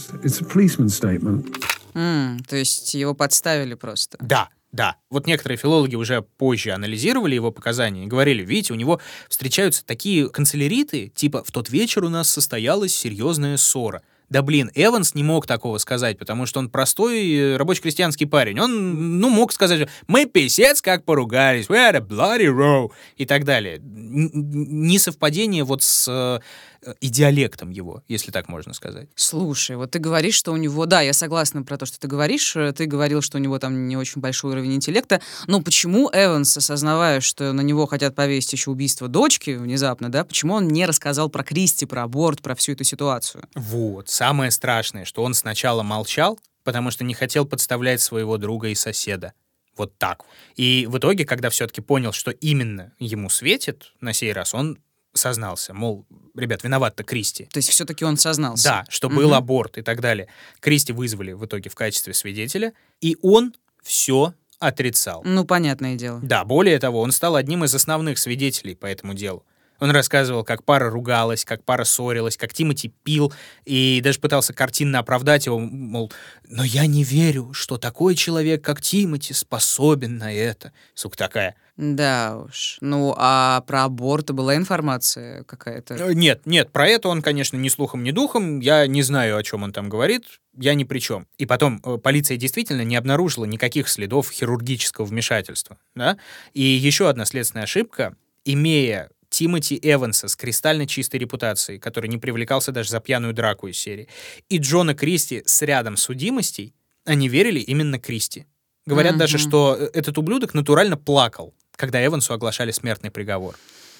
М, То есть его подставили просто.
Да, да. Вот некоторые филологи уже позже анализировали его показания и говорили, видите, у него встречаются такие канцеляриты, типа «в тот вечер у нас состоялась серьезная ссора». Да блин, Эванс не мог такого сказать, потому что он простой рабоче-крестьянский парень. Он, ну, мог сказать, мы писец как поругались, we had a bloody row, и так далее. Н- н- Несовпадение вот с э, идиолектом его, если так можно сказать.
Слушай, вот ты говоришь, что у него... Да, я согласна про то, что ты говоришь. Э, Ты говорил, что у него там не очень большой уровень интеллекта. Но почему Эванс, осознавая, что на него хотят повесить еще убийство дочки внезапно, да, почему он не рассказал про Кристи, про аборт, про всю эту ситуацию?
Вот. Самое страшное, что он сначала молчал, потому что не хотел подставлять своего друга и соседа. Вот так вот. И в итоге, когда все-таки понял, что именно ему светит, на сей раз он сознался, мол, ребят, виноват-то Кристи.
То есть все-таки он сознался?
Да, что был
Мгм.
аборт и так далее. Кристи вызвали в итоге в качестве свидетеля, и он все отрицал.
Ну, понятное дело.
Да, более того, он стал одним из основных свидетелей по этому делу. Он рассказывал, как пара ругалась, как пара ссорилась, как Тимоти пил, и даже пытался картинно оправдать его, мол, но я не верю, что такой человек, как Тимоти, способен на это. Сука такая.
Да уж. Ну, а про аборт была информация какая-то?
Э, Нет, нет, про это он, конечно, ни слухом, ни духом. Я не знаю, о чем он там говорит. Я ни при чем. И потом, э, полиция действительно не обнаружила никаких следов хирургического вмешательства. Да? И еще одна следственная ошибка. Имея Тимоти Эванса с кристально чистой репутацией, который не привлекался даже за пьяную драку из серии, и Джона Кристи с рядом судимостей, они верили именно Кристи. Говорят
Мгм.
даже, что э, этот ублюдок натурально плакал, когда Эвансу оглашали смертный приговор.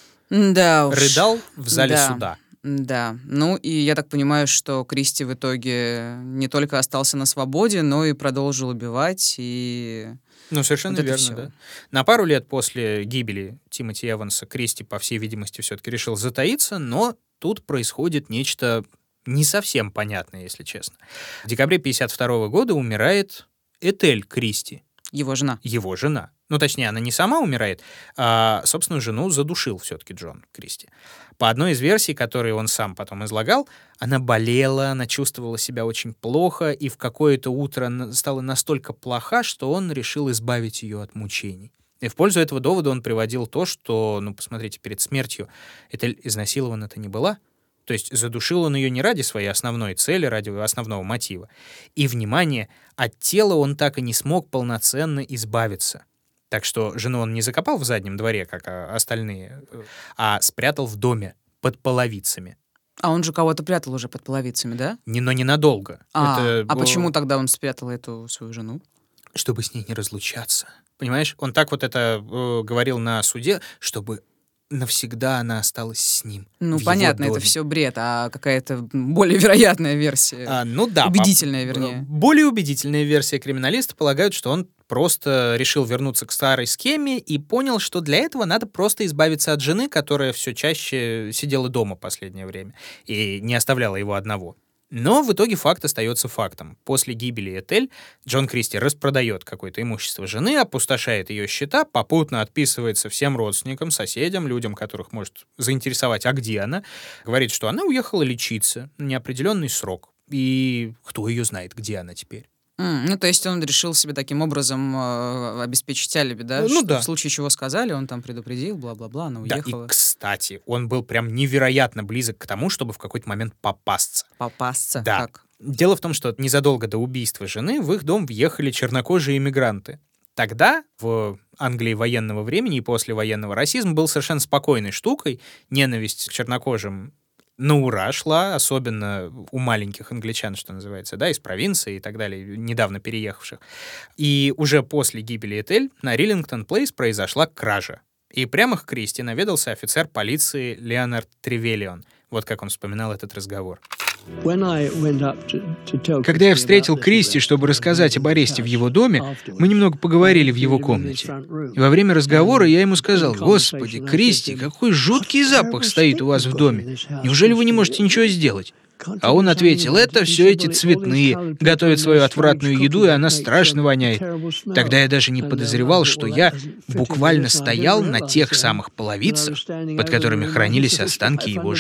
Да уж.
Рыдал в зале
Да.
суда.
Да. Ну, и я так понимаю, что Кристи в итоге не только остался на свободе, но и продолжил убивать, и...
Ну, совершенно
Вот это
верно,
всё.
да. На пару лет после гибели Тимоти Эванса Кристи, по всей видимости, все-таки решил затаиться, но тут происходит нечто не совсем понятное, если честно. В декабре пятьдесят второго года умирает Этель Кристи,
Его жена.
его жена. Ну, точнее, она не сама умирает, а собственную жену задушил все-таки Джон Кристи. По одной из версий, которые он сам потом излагал, она болела, она чувствовала себя очень плохо, и в какое-то утро на- стала настолько плоха, что он решил избавить ее от мучений. И в пользу этого довода он приводил то, что, ну, посмотрите, перед смертью Этель изнасилована-то не была. То есть задушил он ее не ради своей основной цели, ради основного мотива. И, внимание, от тела он так и не смог полноценно избавиться. Так что жену он не закопал в заднем дворе, как а, остальные, э, а спрятал в доме под половицами.
А он же кого-то прятал уже под половицами, да?
Не, но ненадолго.
А,
Это,
а почему тогда он спрятал эту свою жену?
Чтобы с ней не разлучаться. Понимаешь? Он так вот это э, говорил на суде, чтобы навсегда она осталась с ним.
Ну, понятно, это все бред, а какая-то более вероятная версия.
А, ну да.
Убедительная,
по-
вернее.
Более убедительная версия криминалиста полагают, что он просто решил вернуться к старой схеме и понял, что для этого надо просто избавиться от жены, которая все чаще сидела дома в последнее время и не оставляла его одного. Но в итоге факт остается фактом. После гибели Этель Джон Кристи распродает какое-то имущество жены, опустошает ее счета, попутно отписывается всем родственникам, соседям, людям, которых может заинтересовать, а где она. Говорит, что она уехала лечиться на неопределенный срок. И кто ее знает, где она теперь.
Mm, ну, то есть он решил себе таким образом э, обеспечить алиби, да?
Ну,
что
да.
В случае чего сказали, он там предупредил, бла-бла-бла, она
Да,
уехала.
и, кстати, он был прям невероятно близок к тому, чтобы в какой-то момент попасться.
Попасться?
Да.
Как?
Дело в том, что незадолго до убийства жены в их дом въехали чернокожие иммигранты. Тогда в Англии военного времени и послевоенного расизм был совершенно спокойной штукой. Ненависть к чернокожим на ура шла, особенно у маленьких англичан, что называется, да, из провинции и так далее, недавно переехавших. И уже после гибели Этель на Риллингтон-Плейс произошла кража. И прямо к Кристи наведался офицер полиции Леонард Тревелион. Вот как он вспоминал этот разговор.
Когда я встретил Кристи, чтобы рассказать об аресте в его доме, мы немного поговорили в его комнате. И во время разговора я ему сказал: «Господи, Кристи, какой жуткий запах стоит у вас в доме. Неужели вы не можете ничего сделать?» А он ответил: «Это все эти цветные, готовят свою отвратную еду, и она страшно воняет». Тогда я даже не подозревал, что я буквально стоял на тех самых половицах, под которыми хранились останки его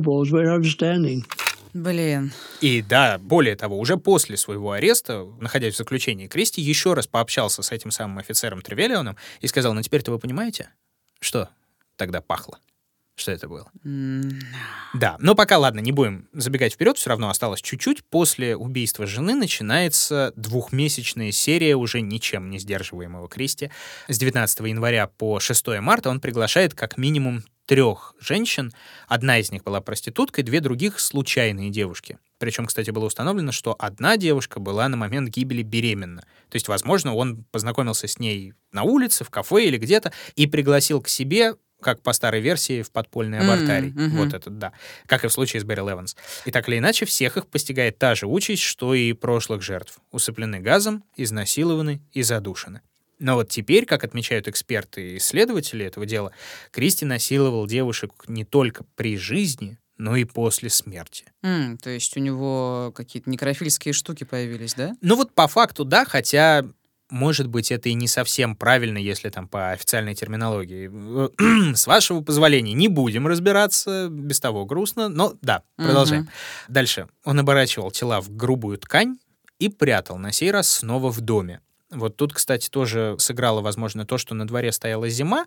жены.
Блин.
И да, более того, уже после своего ареста, находясь в заключении, Кристи еще раз пообщался с этим самым офицером Тревелионом и сказал: «Ну теперь-то вы понимаете, что тогда пахло? Что это было?»
Mm.
Да, но пока, ладно, не будем забегать вперед, все равно осталось чуть-чуть. После убийства жены начинается двухмесячная серия уже ничем не сдерживаемого Кристи. С девятнадцатого января по шестого марта он приглашает как минимум трех женщин. Одна из них была проституткой, две других — случайные девушки. Причем, кстати, было установлено, что одна девушка была на момент гибели беременна. То есть, возможно, он познакомился с ней на улице, в кафе или где-то и пригласил к себе, как по старой версии, в подпольный абортарий. Mm-hmm. Вот этот, да. Как и в случае с Берри Леванс. И так или иначе, всех их постигает та же участь, что и прошлых жертв. Усыплены газом, изнасилованы и задушены. Но вот теперь, как отмечают эксперты и исследователи этого дела, Кристи насиловал девушек не только при жизни, но и после смерти.
Mm, то есть у него какие-то некрофильские штуки появились, да?
Ну вот по факту да, хотя, может быть, это и не совсем правильно, если там по официальной терминологии. С вашего позволения, не будем разбираться, без того грустно, но да, продолжаем. Uh-huh. Дальше. Он оборачивал тела в грубую ткань и прятал, на сей раз снова в доме. Вот тут, кстати, тоже сыграло, возможно, то, что на дворе стояла зима,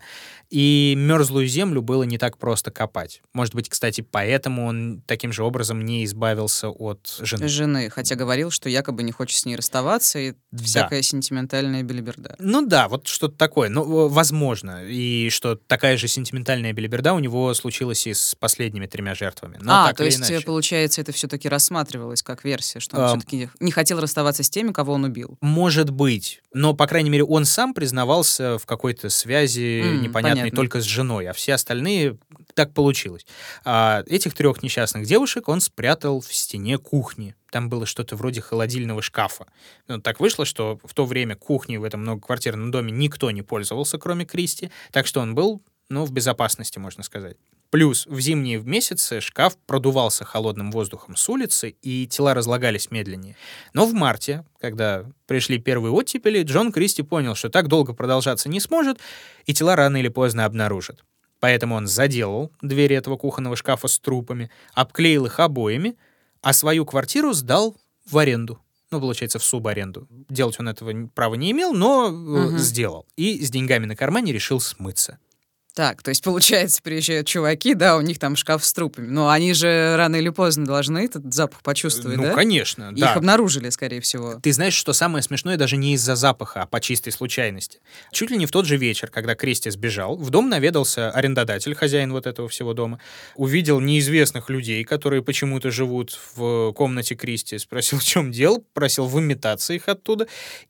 и мерзлую землю было не так просто копать. Может быть, кстати, поэтому он таким же образом не избавился от жены.
Жены, хотя говорил, что якобы не хочет с ней расставаться, и
да.
всякая сентиментальная белиберда.
Ну да, вот что-то такое. Ну, возможно. И что такая же сентиментальная белиберда у него случилась и с последними тремя жертвами. Но
а,
так
то
или
есть,
иначе.
Получается, это все-таки рассматривалось как версия, что он
а,
все-таки не хотел расставаться с теми, кого он убил.
Может быть. Но, по крайней мере, он сам признавался в какой-то связи mm, непонятной понятно. Только с женой, а все остальные так получилось. А этих трех несчастных девушек он спрятал в стене кухни. Там было что-то вроде холодильного шкафа. Ну, так вышло, что в то время кухней в этом многоквартирном доме никто не пользовался, кроме Кристи, так что он был, ну, в безопасности, можно сказать. Плюс в зимние месяцы шкаф продувался холодным воздухом с улицы, и тела разлагались медленнее. Но в марте, когда пришли первые оттепели, Джон Кристи понял, что так долго продолжаться не сможет, и тела рано или поздно обнаружат. Поэтому он заделал двери этого кухонного шкафа с трупами, обклеил их обоями, а свою квартиру сдал в аренду. Ну, получается, в субаренду. Делать он этого права не имел, но угу. сделал. И с деньгами на кармане решил смыться.
Так, то есть, получается, приезжают чуваки, да, у них там шкаф с трупами, но они же рано или поздно должны этот запах почувствовать,
ну,
да?
Ну, конечно,
Их
да.
Их обнаружили, скорее всего.
Ты знаешь, что самое смешное даже не из-за запаха, а по чистой случайности. Чуть ли не в тот же вечер, когда Кристи сбежал, в дом наведался арендодатель, хозяин вот этого всего дома, увидел неизвестных людей, которые почему-то живут в комнате Кристи, спросил, в чем дело, просил выметаться их оттуда,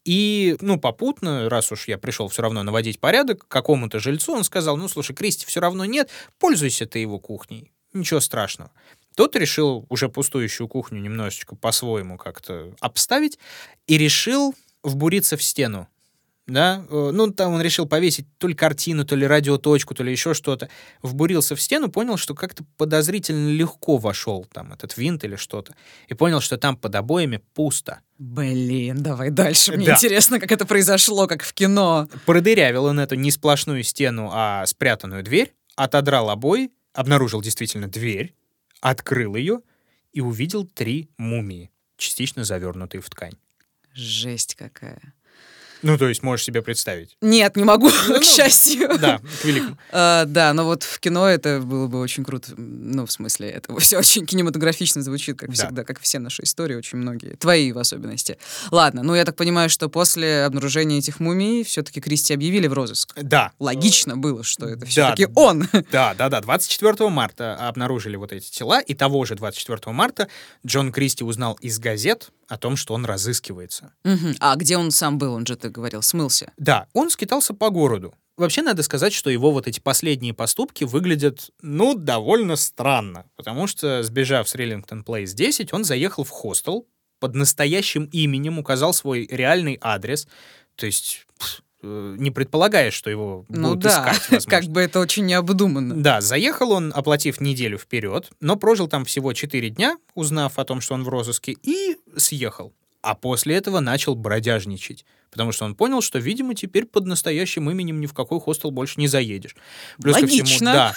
и, ну, попутно, раз уж я пришел все равно наводить порядок, какому-то жильцу он сказал, ну, слушай, Кристи все равно нет, пользуйся ты его кухней, ничего страшного. Тот решил уже пустующую кухню немножечко по-своему как-то обставить и решил вбуриться в стену. Да? Ну, там он решил повесить то ли картину, то ли радиоточку, то ли еще что-то. Вбурился в стену, понял, что как-то подозрительно легко вошел там этот винт или что-то. И понял, что там под обоями пусто.
Блин, давай дальше. Мне
Да.
интересно, как это произошло, как в кино.
Продырявил он эту не сплошную стену, а спрятанную дверь, отодрал обои, обнаружил действительно дверь, открыл ее и увидел три мумии, частично завернутые в ткань.
Жесть какая.
Ну, то есть, можешь себе представить.
Нет, не могу,
Ну,
к счастью.
Да, к великому.
А, да, но вот в кино это было бы очень круто. Ну, в смысле, это все очень кинематографично звучит, как
Да.
всегда, как все наши истории, очень многие. Твои в особенности. Ладно, ну я так понимаю, что после обнаружения этих мумий все-таки Кристи объявили в розыск.
Да.
Логично было, что это
Да.
все-таки он.
Да, да, да. двадцать четвёртого марта обнаружили вот эти тела, и того же двадцать четвёртого марта Джон Кристи узнал из газет о том, что он разыскивается.
Мгм. А где он сам был? Он же, ты говорил, смылся.
Да, он скитался по городу. Вообще, надо сказать, что его вот эти последние поступки выглядят, ну, довольно странно, потому что, сбежав с Риллингтон Плейс десять, он заехал в хостел, под настоящим именем указал свой реальный адрес, то есть пф, э, не предполагая, что его
Ну
будут
да,
искать, возможно.
как бы это очень необдуманно.
Да, заехал он, оплатив неделю вперед, но прожил там всего четыре дня, узнав о том, что он в розыске, и съехал. А после этого начал бродяжничать, потому что он понял, что, видимо, теперь под настоящим именем ни в какой хостел больше не заедешь. Плюс ко всему,
Логично.
да,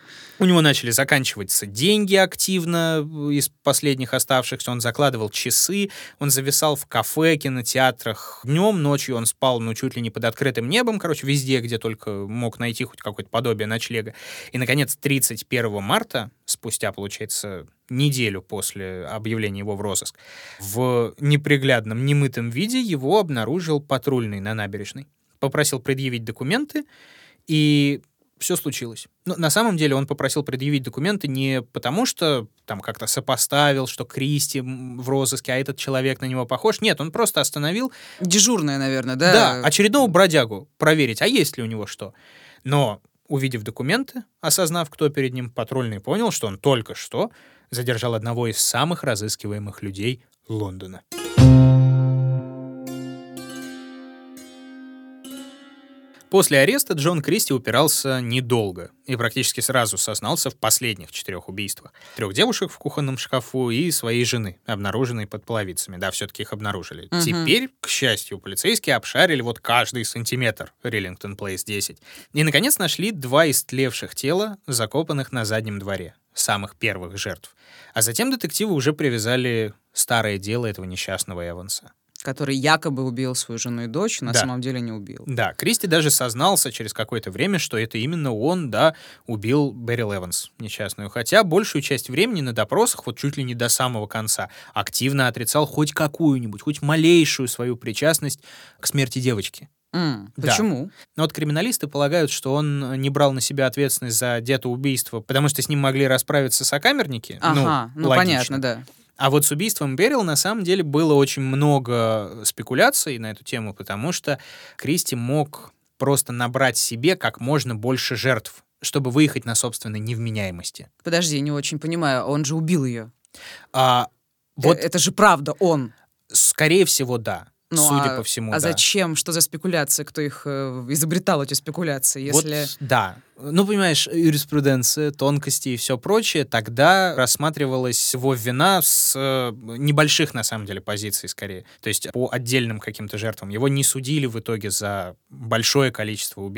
у него начали заканчиваться деньги активно из последних оставшихся, он закладывал часы, он зависал в кафе, кинотеатрах. Днем, ночью он спал, ну, чуть ли не под открытым небом, короче, везде, где только мог найти хоть какое-то подобие ночлега. И, наконец, тридцать первого марта, спустя, получается, неделю после объявления его в розыск, в неприглядном, немытом виде его обнаружил патрульный на набережной. Попросил предъявить документы, и все случилось. Но на самом деле он попросил предъявить документы не потому, что там как-то сопоставил, что Кристи в розыске, а этот человек на него похож. Нет, он просто остановил...
Дежурная, наверное, да?
Да, очередного бродягу проверить, а есть ли у него что. Но, увидев документы, осознав, кто перед ним, патрульный понял, что он только что задержал одного из самых разыскиваемых людей Лондона. После ареста Джон Кристи упирался недолго и практически сразу сознался в последних четырех убийствах. Трех девушек в кухонном шкафу и своей жены, обнаруженной под половицами. Да, все-таки их обнаружили.
Мгм.
Теперь, к счастью, полицейские обшарили вот каждый сантиметр Риллингтон Плейс десять. И, наконец, нашли два истлевших тела, закопанных на заднем дворе. Самых первых жертв. А затем детективы уже привязали старое дело этого несчастного Эванса.
Который якобы убил свою жену и дочь, на
Да.
самом деле не убил.
Да, Кристи даже сознался через какое-то время, что это именно он, да, убил Берил Эванс несчастную. Хотя большую часть времени на допросах, вот чуть ли не до самого конца, активно отрицал хоть какую-нибудь, хоть малейшую свою причастность к смерти девочки.
М,
Да.
Почему?
Но вот криминалисты полагают, что он не брал на себя ответственность за детоубийство, потому что с ним могли расправиться сокамерники.
Ага, ну,
логично.
понятно, да.
А вот с убийством Берил на самом деле было очень много спекуляций на эту тему, потому что Кристи мог просто набрать себе как можно больше жертв, чтобы выехать на собственной невменяемости.
Подожди, я не очень понимаю, он же убил ее.
А
Вот
вот,
это же правда он.
скорее всего, да.
Ну,
Судя
а-
по всему,
А
да.
зачем? Что за спекуляции? Кто их э, изобретал, эти спекуляции? Если...
Вот, да. Ну, понимаешь, юриспруденция, тонкости и все прочее, тогда рассматривалась его вина с э, небольших, на самом деле, позиций, скорее. То есть по отдельным каким-то жертвам. Его не судили в итоге за большое количество убийств.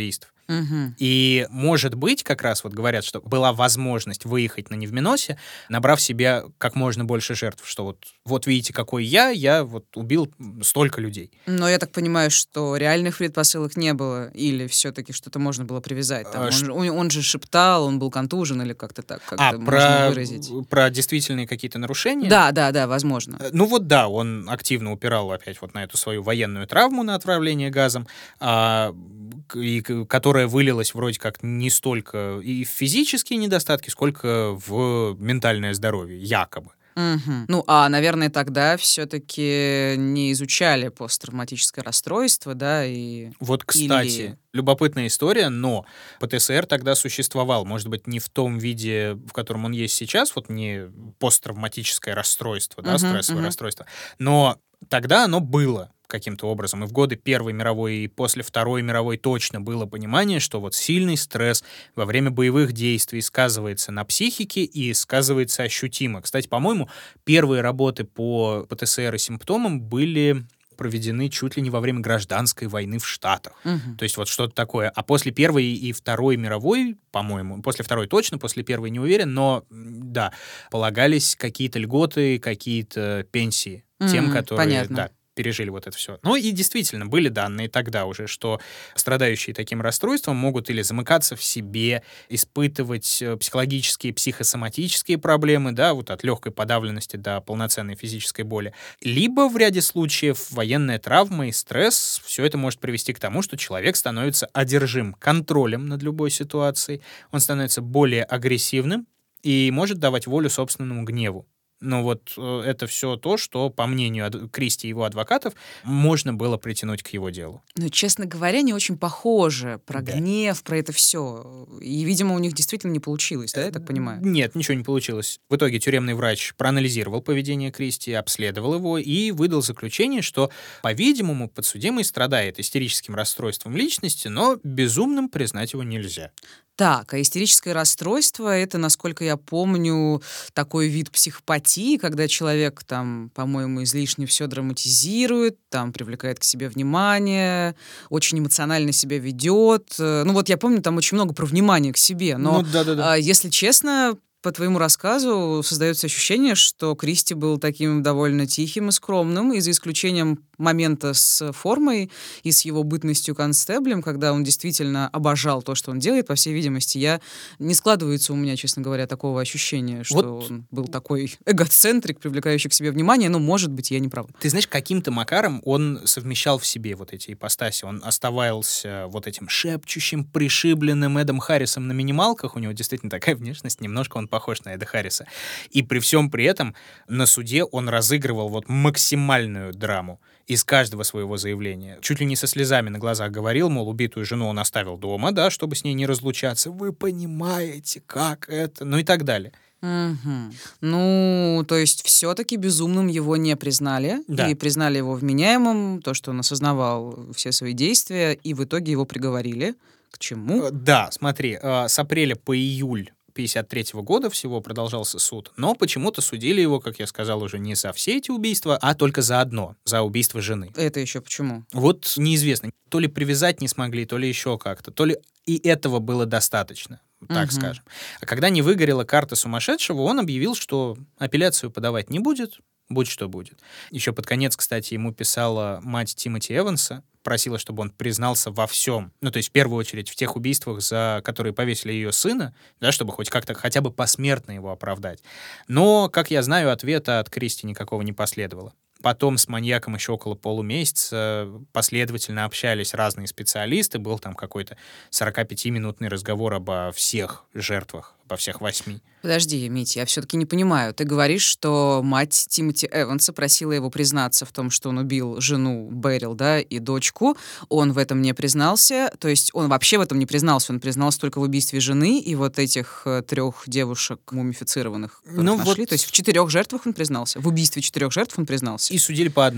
Угу.
И, может быть, как раз вот говорят, что была возможность выехать на Невминосе, набрав себе как можно больше жертв, что вот, вот видите, какой я, я вот убил столько людей.
Но я так понимаю, что реальных предпосылок не было, или все-таки что-то можно было привязать? Там,
А,
он,
ш-
же, он, он же шептал, он был контужен, или как-то так, как
А,
это можно
про,
выразить?
про действительные какие-то нарушения?
Да, да, да, возможно.
Э, Ну вот да, он активно упирал опять вот на эту свою военную травму на отравление газом, а, к- и, к- которая вылилась вроде как не столько и в физические недостатки, сколько в ментальное здоровье, якобы.
Мгм. Ну, а, наверное, тогда все-таки не изучали посттравматическое расстройство, да, и...
Вот, кстати,
Или-
любопытная история, но ПТСР тогда существовал, может быть, не в том виде, в котором он есть сейчас, вот не посттравматическое расстройство, да,
Мгм,
стрессовое
мгм.
расстройство, но тогда оно было каким-то образом. И в годы Первой мировой, и после Второй мировой точно было понимание, что вот сильный стресс во время боевых действий сказывается на психике и сказывается ощутимо. Кстати, по-моему, первые работы по ПТСР и симптомам были проведены чуть ли не во время гражданской войны в Штатах.
Мгм.
То есть вот что-то такое. А после Первой и Второй мировой, по-моему, после Второй точно, после Первой не уверен, но м, да, полагались какие-то льготы, какие-то пенсии тем,
М,
которые
понятно.
да, пережили вот это все. Ну и действительно, были данные тогда уже, что страдающие таким расстройством могут или замыкаться в себе, испытывать э, психологические, психосоматические проблемы, да, вот от легкой подавленности до полноценной физической боли, либо в ряде случаев военная травма и стресс, все это может привести к тому, что человек становится одержим контролем над любой ситуацией, он становится более агрессивным и может давать волю собственному гневу. Но вот э, это все то, что, по мнению ад- Кристи и его адвокатов, можно было притянуть к его делу.
Ну, честно говоря, не очень похоже про
Да.
гнев, про это все. И, видимо, у них действительно не получилось, да, я так понимаю?
Нет, ничего не получилось. В итоге тюремный врач проанализировал поведение Кристи, обследовал его и выдал заключение, что, по-видимому, подсудимый страдает истерическим расстройством личности, но безумным признать его нельзя.
Так, а истерическое расстройство — это, насколько я помню, такой вид психопатии, когда человек там, по-моему, излишне все драматизирует, там привлекает к себе внимание, очень эмоционально себя ведет. Э, Ну вот я помню, там очень много про внимание к себе, но,
Ну, да-да-да.
а, если честно, по твоему рассказу создается ощущение, что Кристи был таким довольно тихим и скромным, и за исключением момента с формой и с его бытностью констеблем, когда он действительно обожал то, что он делает, по всей видимости, я не складывается у меня, честно говоря, такого ощущения, что
Вот.
он был такой эгоцентрик, привлекающий к себе внимание, но, может быть, я не права.
Ты знаешь, каким-то макаром он совмещал в себе вот эти ипостаси. Он оставался вот этим шепчущим, пришибленным Эдом Харрисом на минималках. У него действительно такая внешность, немножко он похож на Эда Харриса. И при всем при этом на суде он разыгрывал вот максимальную драму из каждого своего заявления. Чуть ли не со слезами на глазах говорил, мол, убитую жену он оставил дома, да, чтобы с ней не разлучаться. Вы понимаете, как это? Ну и так далее.
Мгм. Ну, то есть все-таки безумным его не признали,
Да.
и признали его вменяемым, то, что он осознавал все свои действия, и в итоге его приговорили. К чему?
Э, Да, смотри, э, с апреля по июль пятьдесят третьего года всего продолжался суд, но почему-то судили его, как я сказал, уже не за все эти убийства, а только за одно, за убийство жены.
Это еще почему?
Вот неизвестно, то ли привязать не смогли, то ли еще как-то, то ли и этого было достаточно, так
Мгм.
скажем. А когда не выгорела карта сумасшедшего, он объявил, что апелляцию подавать не будет, будь что будет. Еще под конец, кстати, ему писала мать Тимоти Эванса, просила, чтобы он признался во всем. Ну, то есть, в первую очередь, в тех убийствах, за которые повесили ее сына, да, чтобы хоть как-то, хотя бы посмертно его оправдать. Но, как я знаю, ответа от Кристи никакого не последовало. Потом с маньяком еще около полумесяца последовательно общались разные специалисты. Был там какой-то сорокапятиминутный разговор обо всех жертвах, обо всех восьми.
Подожди, Митя, я все-таки не понимаю. Ты говоришь, что мать Тимоти Эванса просила его признаться в том, что он убил жену Бэрил, да, и дочку. Он в этом не признался. То есть он вообще в этом не признался. Он признался только в убийстве жены и вот этих э, трех девушек мумифицированных, которых
Ну
нашли.
вот-
То есть в четырех жертвах он признался. В убийстве четырех жертв он признался.
И судили по одной.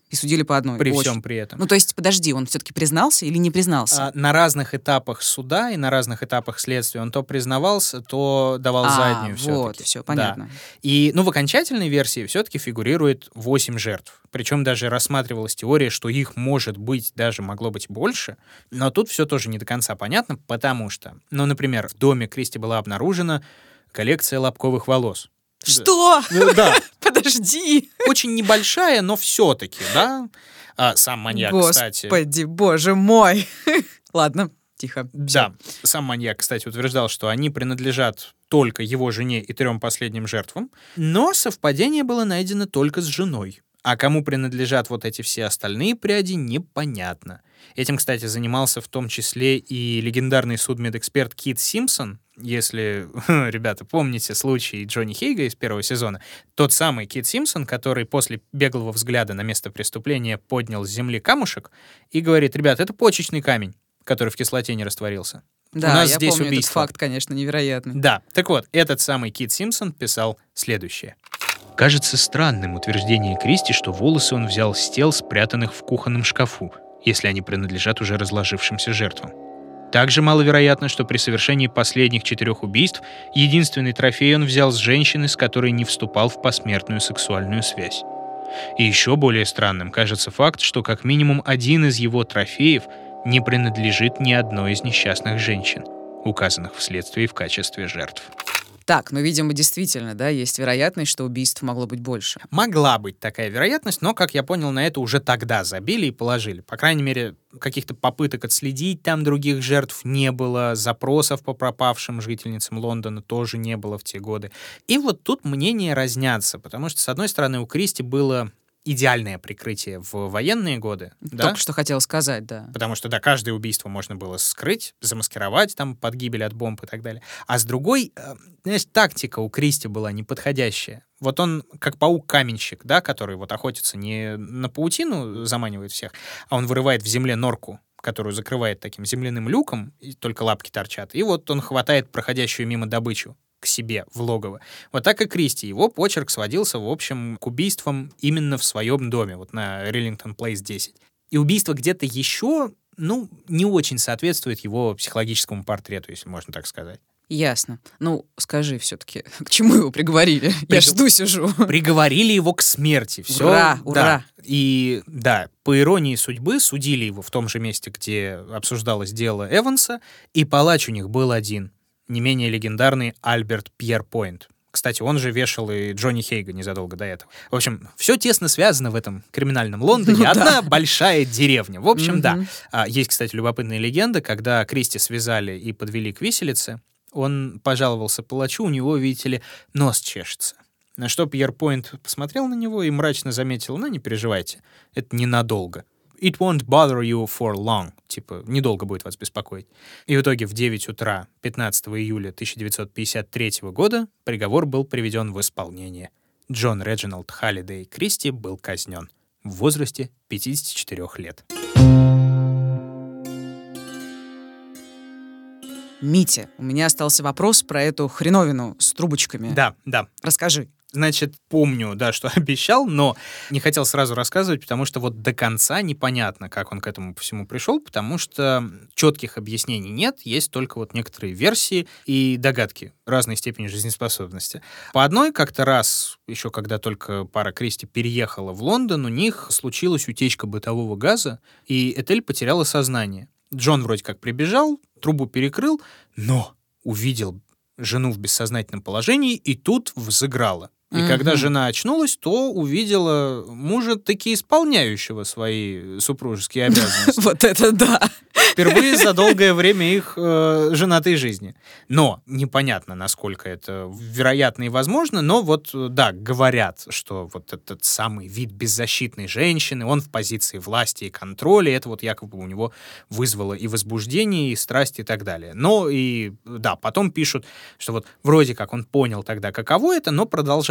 И судили по одной.
При
Очень.
всем при этом.
Ну, то есть, подожди, он все-таки признался или не признался?
А, на разных этапах суда и на разных этапах следствия он то признавался, то давал
а,
заднюю
вот,
все-таки.
все, понятно.
Да. И, ну, в окончательной версии все-таки фигурирует восемь жертв. Причем даже рассматривалась теория, что их, может быть, даже могло быть больше. Но тут все тоже не до конца понятно, потому что, ну, например, в доме Кристи была обнаружена коллекция лобковых волос.
Что?
Ну, да.
Подожди.
Очень небольшая, но все-таки, да? А сам маньяк,
Господи,
кстати...
Господи, боже мой. Ладно, тихо.
Да, сам маньяк, кстати, утверждал, что они принадлежат только его жене и трем последним жертвам, но совпадение было найдено только с женой. А кому принадлежат вот эти все остальные пряди, непонятно. Этим, кстати, занимался в том числе и легендарный судмедэксперт Кит Симпсон. Если, ребята, помните случай Джонни Хейга из первого сезона, тот самый Кит Симпсон, который после беглого взгляда на место преступления поднял с земли камушек и говорит: ребят, это почечный камень, который в кислоте не растворился.
Да,
У нас
я
здесь
помню
убийство.
этот факт, конечно, невероятный.
Да, так вот, этот самый Кит Симпсон писал следующее.
Кажется странным утверждение Кристи, что волосы он взял с тел, спрятанных в кухонном шкафу, если они принадлежат уже разложившимся жертвам. Также маловероятно, что при совершении последних четырех убийств единственный трофей он взял с женщины, с которой не вступал в посмертную сексуальную связь. И еще более странным кажется факт, что как минимум один из его трофеев не принадлежит ни одной из несчастных женщин, указанных в следствии в качестве жертв.
Так, ну, видимо, действительно, да, есть вероятность, что убийств могло быть больше.
Могла быть такая вероятность, но, как я понял, на это уже тогда забили и положили. По крайней мере, каких-то попыток отследить там других жертв не было, запросов по пропавшим жительницам Лондона тоже не было в те годы. И вот тут мнения разнятся, потому что, с одной стороны, у Кристи было идеальное прикрытие в военные годы. Да?
Только что хотела сказать, да.
Потому что, да, каждое убийство можно было скрыть, замаскировать там под гибель от бомб и так далее. А с другой, э, знаешь, тактика у Кристи была неподходящая. Вот он как паук-каменщик, да, который вот охотится не на паутину, заманивает всех, а он вырывает в земле норку, которую закрывает таким земляным люком, и только лапки торчат. И вот он хватает проходящую мимо добычу к себе в логово. Вот так и Кристи. Его почерк сводился, в общем, к убийствам именно в своем доме, вот на Риллингтон Плейс десять. И убийство где-то еще, ну, не очень соответствует его психологическому портрету, если можно так сказать.
Ясно. Ну, скажи все-таки, к чему его приговорили?
Приг...
Я жду, сижу.
Приговорили его к смерти. Все,
ура, ура.
Да. И, да, по иронии судьбы, судили его в том же месте, где обсуждалось дело Эванса, и палач у них был один, не менее легендарный Альберт Пьерпойнт. Кстати, он же вешал и Джонни Хейга незадолго до этого. В общем, все тесно связано в этом криминальном Лондоне. Ну, Одна да. большая деревня. В общем, mm-hmm. да. Есть, кстати, любопытная легенда, когда Кристи связали и подвели к виселице, он пожаловался палачу, у него, видите ли, нос чешется. На что Пьерпойнт посмотрел на него и мрачно заметил: ну, не переживайте, это ненадолго. It won't bother you for long. Типа, недолго будет вас беспокоить. И в итоге в девять утра пятнадцатого июля тысяча девятьсот пятьдесят третьего года приговор был приведен в исполнение. Джон Реджиналд Халлидей Кристи был казнен в возрасте пятидесяти четырёх лет.
Митя, у меня остался вопрос про эту хреновину с трубочками.
Да, да.
Расскажи.
Значит, помню, да, что обещал, но не хотел сразу рассказывать, потому что вот до конца непонятно, как он к этому всему пришел, потому что четких объяснений нет, есть только вот некоторые версии и догадки разной степени жизнеспособности. По одной как-то раз, еще когда только пара Кристи переехала в Лондон, у них случилась утечка бытового газа, и Этель потеряла сознание. Джон вроде как прибежал, трубу перекрыл, но увидел жену в бессознательном положении, и тут взыграла. И mm-hmm. когда жена очнулась, то увидела мужа таки исполняющего свои супружеские обязанности.
Вот это да!
Впервые за долгое время их э, женатой жизни. Но непонятно, насколько это вероятно и возможно, но вот, да, говорят, что вот этот самый вид беззащитной женщины, он в позиции власти и контроля, это вот якобы у него вызвало и возбуждение, и страсть, и так далее. Но и, да, потом пишут, что вот вроде как он понял тогда, каково это, но продолжает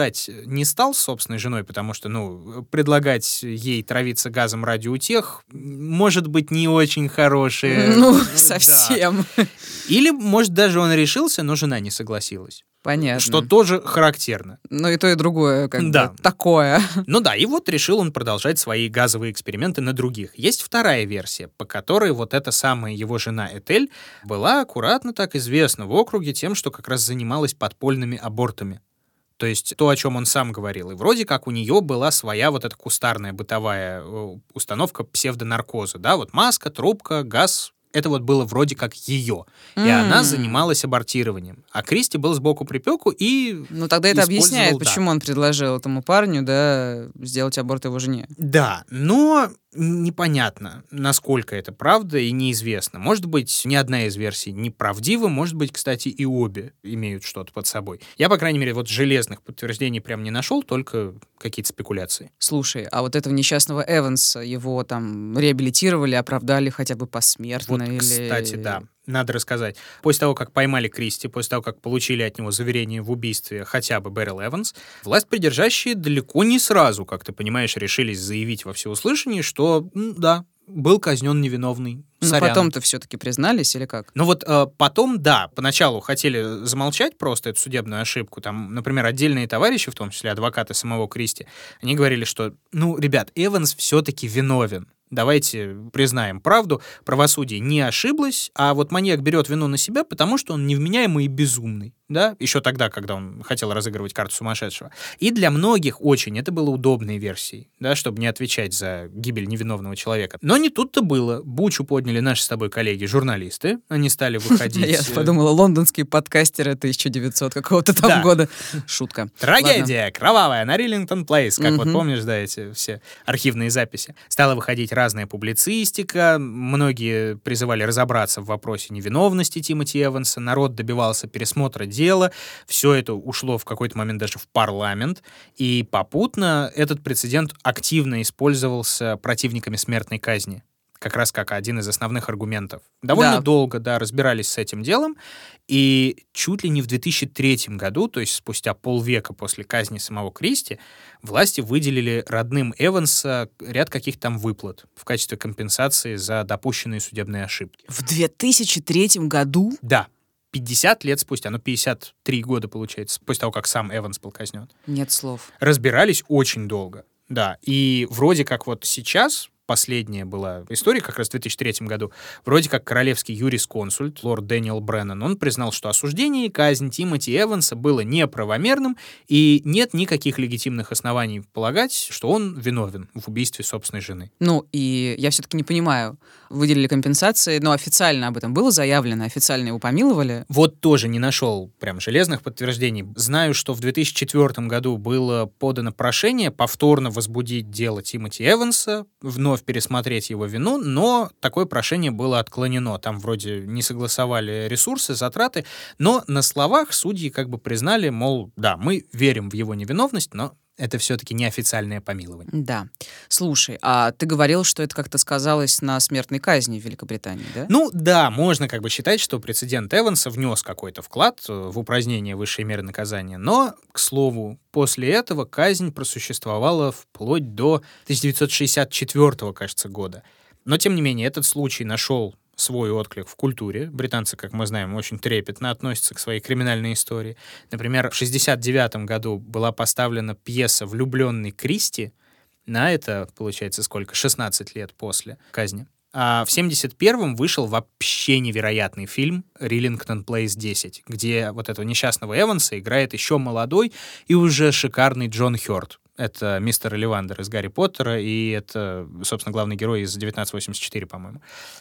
обсуждать не стал с собственной женой, потому что, ну, предлагать ей травиться газом ради утех может быть не очень хорошее.
Ну, совсем.
Да. Или, может, даже он решился, но жена не согласилась.
Понятно.
Что тоже характерно.
Ну, и то, и другое, как
да.
бы, такое.
Ну да, и вот решил он продолжать свои газовые эксперименты на других. Есть вторая версия, по которой вот эта самая его жена Этель была аккуратно так известна в округе тем, что как раз занималась подпольными абортами. То есть то, о чем он сам говорил. И вроде как у нее была своя вот эта кустарная бытовая установка псевдонаркоза. Да, вот маска, трубка, газ. Это вот было вроде как ее. И mm. она занималась абортированием. А Кристи был сбоку припеку и
Ну, тогда это объясняет,
да.
почему он предложил этому парню, да, сделать аборт его жене.
Да, но непонятно, насколько это правда, и неизвестно. Может быть, ни одна из версий неправдива, может быть, кстати, и обе имеют что-то под собой. Я, по крайней мере, вот железных подтверждений прям не нашел, только какие-то спекуляции.
Слушай, а вот этого несчастного Эванса, его там реабилитировали, оправдали хотя бы посмертно?
Вот,
или...
кстати, да. Надо рассказать. После того, как поймали Кристи, после того, как получили от него заверение в убийстве хотя бы Берил Эванс, власть придержащие далеко не сразу, как ты понимаешь, решились заявить во всеуслышание, что, да, был казнен невиновный.
Ну,
Сорян.
потом-то все-таки признались или как?
Ну вот э, потом, да, поначалу хотели замолчать просто эту судебную ошибку. Там, например, отдельные товарищи, в том числе адвокаты самого Кристи, они говорили, что, ну, ребят, Эванс все-таки виновен. Давайте признаем правду, правосудие не ошиблось, а вот маньяк берет вину на себя, потому что он невменяемый и безумный, да, еще тогда, когда он хотел разыгрывать карту сумасшедшего. И для многих очень это было удобной версией, да, чтобы не отвечать за гибель невиновного человека. Но не тут-то было. Бучу подняли наши с тобой коллеги-журналисты, они стали выходить...
Я подумала, лондонские подкастеры тысяча девятисотого какого-то там года. Шутка.
Трагедия кровавая на Риллингтон Плейс, как вот помнишь, да, эти все архивные записи. Стала выходить разная публицистика, многие призывали разобраться в вопросе невиновности Тимоти Эванса, народ добивался пересмотра дела, все это ушло в какой-то момент даже в парламент, и попутно этот прецедент активно использовался противниками смертной казни, как раз как один из основных аргументов. Довольно да. долго, да, разбирались с этим делом, и чуть ли не в две тысячи третьем году, то есть спустя полвека после казни самого Кристи, власти выделили родным Эванса ряд каких-то там выплат в качестве компенсации за допущенные судебные ошибки.
В две тысячи третьем году?
Да. пятьдесят лет спустя, ну, пятьдесят три года, получается, после того, как сам Эванс был казнен.
Нет слов.
Разбирались очень долго, да. И вроде как вот сейчас... Последняя была история, как раз в две тысячи третьем году. Вроде как королевский юрисконсульт, лорд Дэниел Бреннан, он признал, что осуждение и казнь Тимоти Эванса было неправомерным, и нет никаких легитимных оснований полагать, что он виновен в убийстве собственной жены.
Ну, и я все-таки не понимаю, выделили компенсации, но официально об этом было заявлено, официально его помиловали?
Вот тоже не нашел прям железных подтверждений. Знаю, что в две тысячи четвёртом году было подано прошение повторно возбудить дело Тимоти Эванса, вновь пересмотреть его вину, но такое прошение было отклонено. Там вроде не согласовали ресурсы, затраты, но на словах судьи как бы признали, мол, да, мы верим в его невиновность, но это все-таки неофициальное помилование.
Да. Слушай, а ты говорил, что это как-то сказалось на смертной казни в Великобритании, да?
Ну да, можно как бы считать, что прецедент Эванса внес какой-то вклад в упразднение высшей меры наказания, но, к слову, после этого казнь просуществовала вплоть до тысяча девятьсот шестьдесят четвёртого, кажется, года. Но, тем не менее, этот случай нашел свой отклик в культуре. Британцы, как мы знаем, очень трепетно относятся к своей криминальной истории. Например, в шестьдесят девятом году была поставлена пьеса «Влюбленный Кристи». На это, получается, сколько? шестнадцать лет после казни. А в семьдесят первом вышел вообще невероятный фильм «Риллингтон Плейс десять», где вот этого несчастного Эванса играет еще молодой и уже шикарный Джон Хёрд. Это мистер Оливандер из «Гарри Поттера», и это, собственно, главный герой из девятнадцать восемьдесят четыре, по-моему.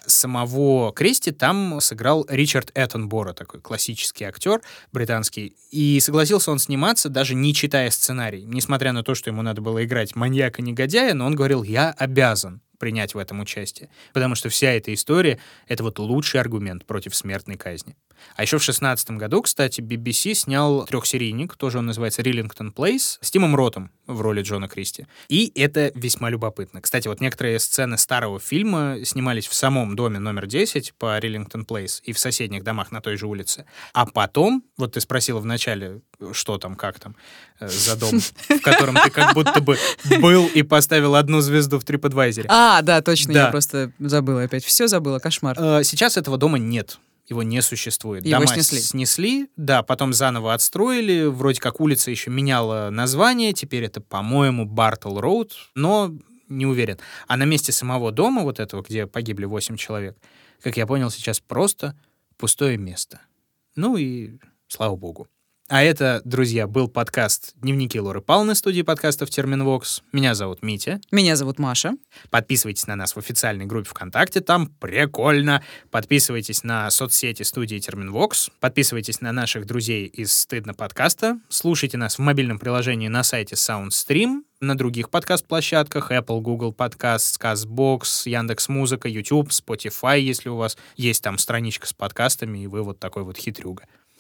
Самого Кристи там сыграл Ричард Эттенборо, такой классический актер британский. И согласился он сниматься, даже не читая сценарий. Несмотря на то, что ему надо было играть маньяка-негодяя, но он говорил: «Я обязан принять в этом участие». Потому что вся эта история — это вот лучший аргумент против смертной казни. А еще в шестнадцатом году, кстати, би би си снял трехсерийник, тоже он называется «Риллингтон Плейс», с Тимом Ротом в роли Джона Кристи. И это весьма любопытно. Кстати, вот некоторые сцены старого фильма снимались в самом доме номер десять по Риллингтон Плейс и в соседних домах на той же улице. А потом, вот ты спросила в начале, что там, как там, э, за дом, в котором ты как будто бы был и поставил одну звезду в TripAdvisor.
А, да, точно,
Да.
я просто забыла опять. Все забыла, кошмар.
Э, Сейчас этого дома нет. Его не существует.
Его
Дома
снесли.
снесли, да, потом заново отстроили. Вроде как улица еще меняла название. Теперь это, по-моему, Бартл Роуд, но не уверен. А на месте самого дома, вот этого, где погибли восемь человек, как я понял, сейчас просто пустое место. Ну и слава богу. А это, друзья, был подкаст «Дневники Лоры Павловны» студии подкастов «Терминвокс». Меня зовут Митя.
Меня зовут Маша.
Подписывайтесь на нас в официальной группе ВКонтакте, там прикольно. Подписывайтесь на соцсети студии Терминвокс. Подписывайтесь на наших друзей из «Стыдно» подкаста. Слушайте нас в мобильном приложении на сайте SoundStream, на других подкаст-площадках Apple, Google Podcasts, CastBox, Яндекс.Музыка, YouTube, Spotify, если у вас есть там страничка с подкастами, и вы вот такой вот хитрюга.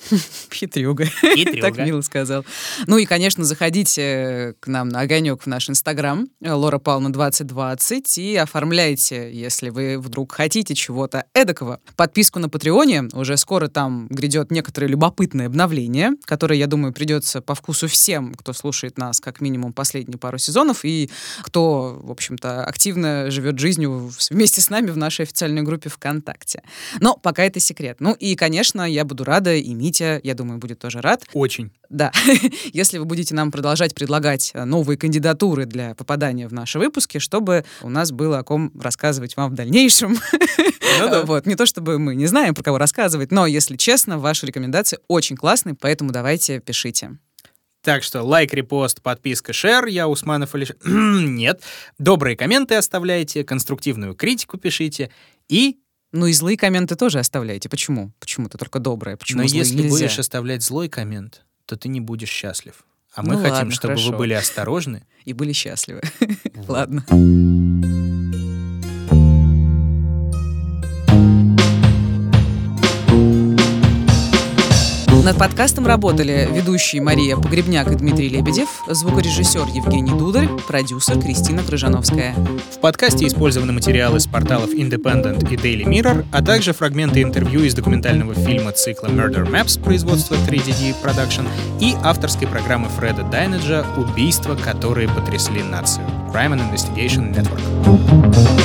Хитрюга.
Хитрюга.
Так мило сказал. Ну и, конечно, заходите к нам на огонек в наш инстаграм Лора Павловна двадцать двадцать и оформляйте, если вы вдруг хотите чего-то эдакого. Подписку на Патреоне. Уже скоро там грядет некоторое любопытное обновление, которое, я думаю, придется по вкусу всем, кто слушает нас как минимум последние пару сезонов и кто, в общем-то, активно живет жизнью вместе с нами в нашей официальной группе ВКонтакте. Но пока это секрет. Ну и, конечно, я буду рада, и Митя, я думаю, будет тоже рад.
Очень.
Да. Если вы будете нам продолжать предлагать новые кандидатуры для попадания в наши выпуски, чтобы у нас было о ком рассказывать вам в дальнейшем.
Ну да.
Вот. Не то чтобы мы не знаем, про кого рассказывать, но, если честно, ваши рекомендации очень классные, поэтому давайте пишите.
Так что лайк, репост, подписка, шер. Я Усманов Алишер. Нет. Добрые комменты оставляйте, конструктивную критику пишите и...
Ну и злые комменты тоже оставляйте. Почему? Почему-то только добрые. Почему
Но
злые
если
нельзя?
будешь оставлять злой коммент, то ты не будешь счастлив. А мы
Ну
хотим,
ладно,
чтобы
хорошо.
вы были осторожны.
И были счастливы. Ладно. Над подкастом работали ведущие Мария Погребняк и Дмитрий Лебедев, звукорежиссер Евгений Дударь, продюсер Кристина Крыжановская.
В подкасте использованы материалы с порталов Independent и Daily Mirror, а также фрагменты интервью из документального фильма цикла Murder Maps производства три ди ди Production и авторской программы Фреда Дайнеджа «Убийства, которые потрясли нацию» Crime and Investigation Network.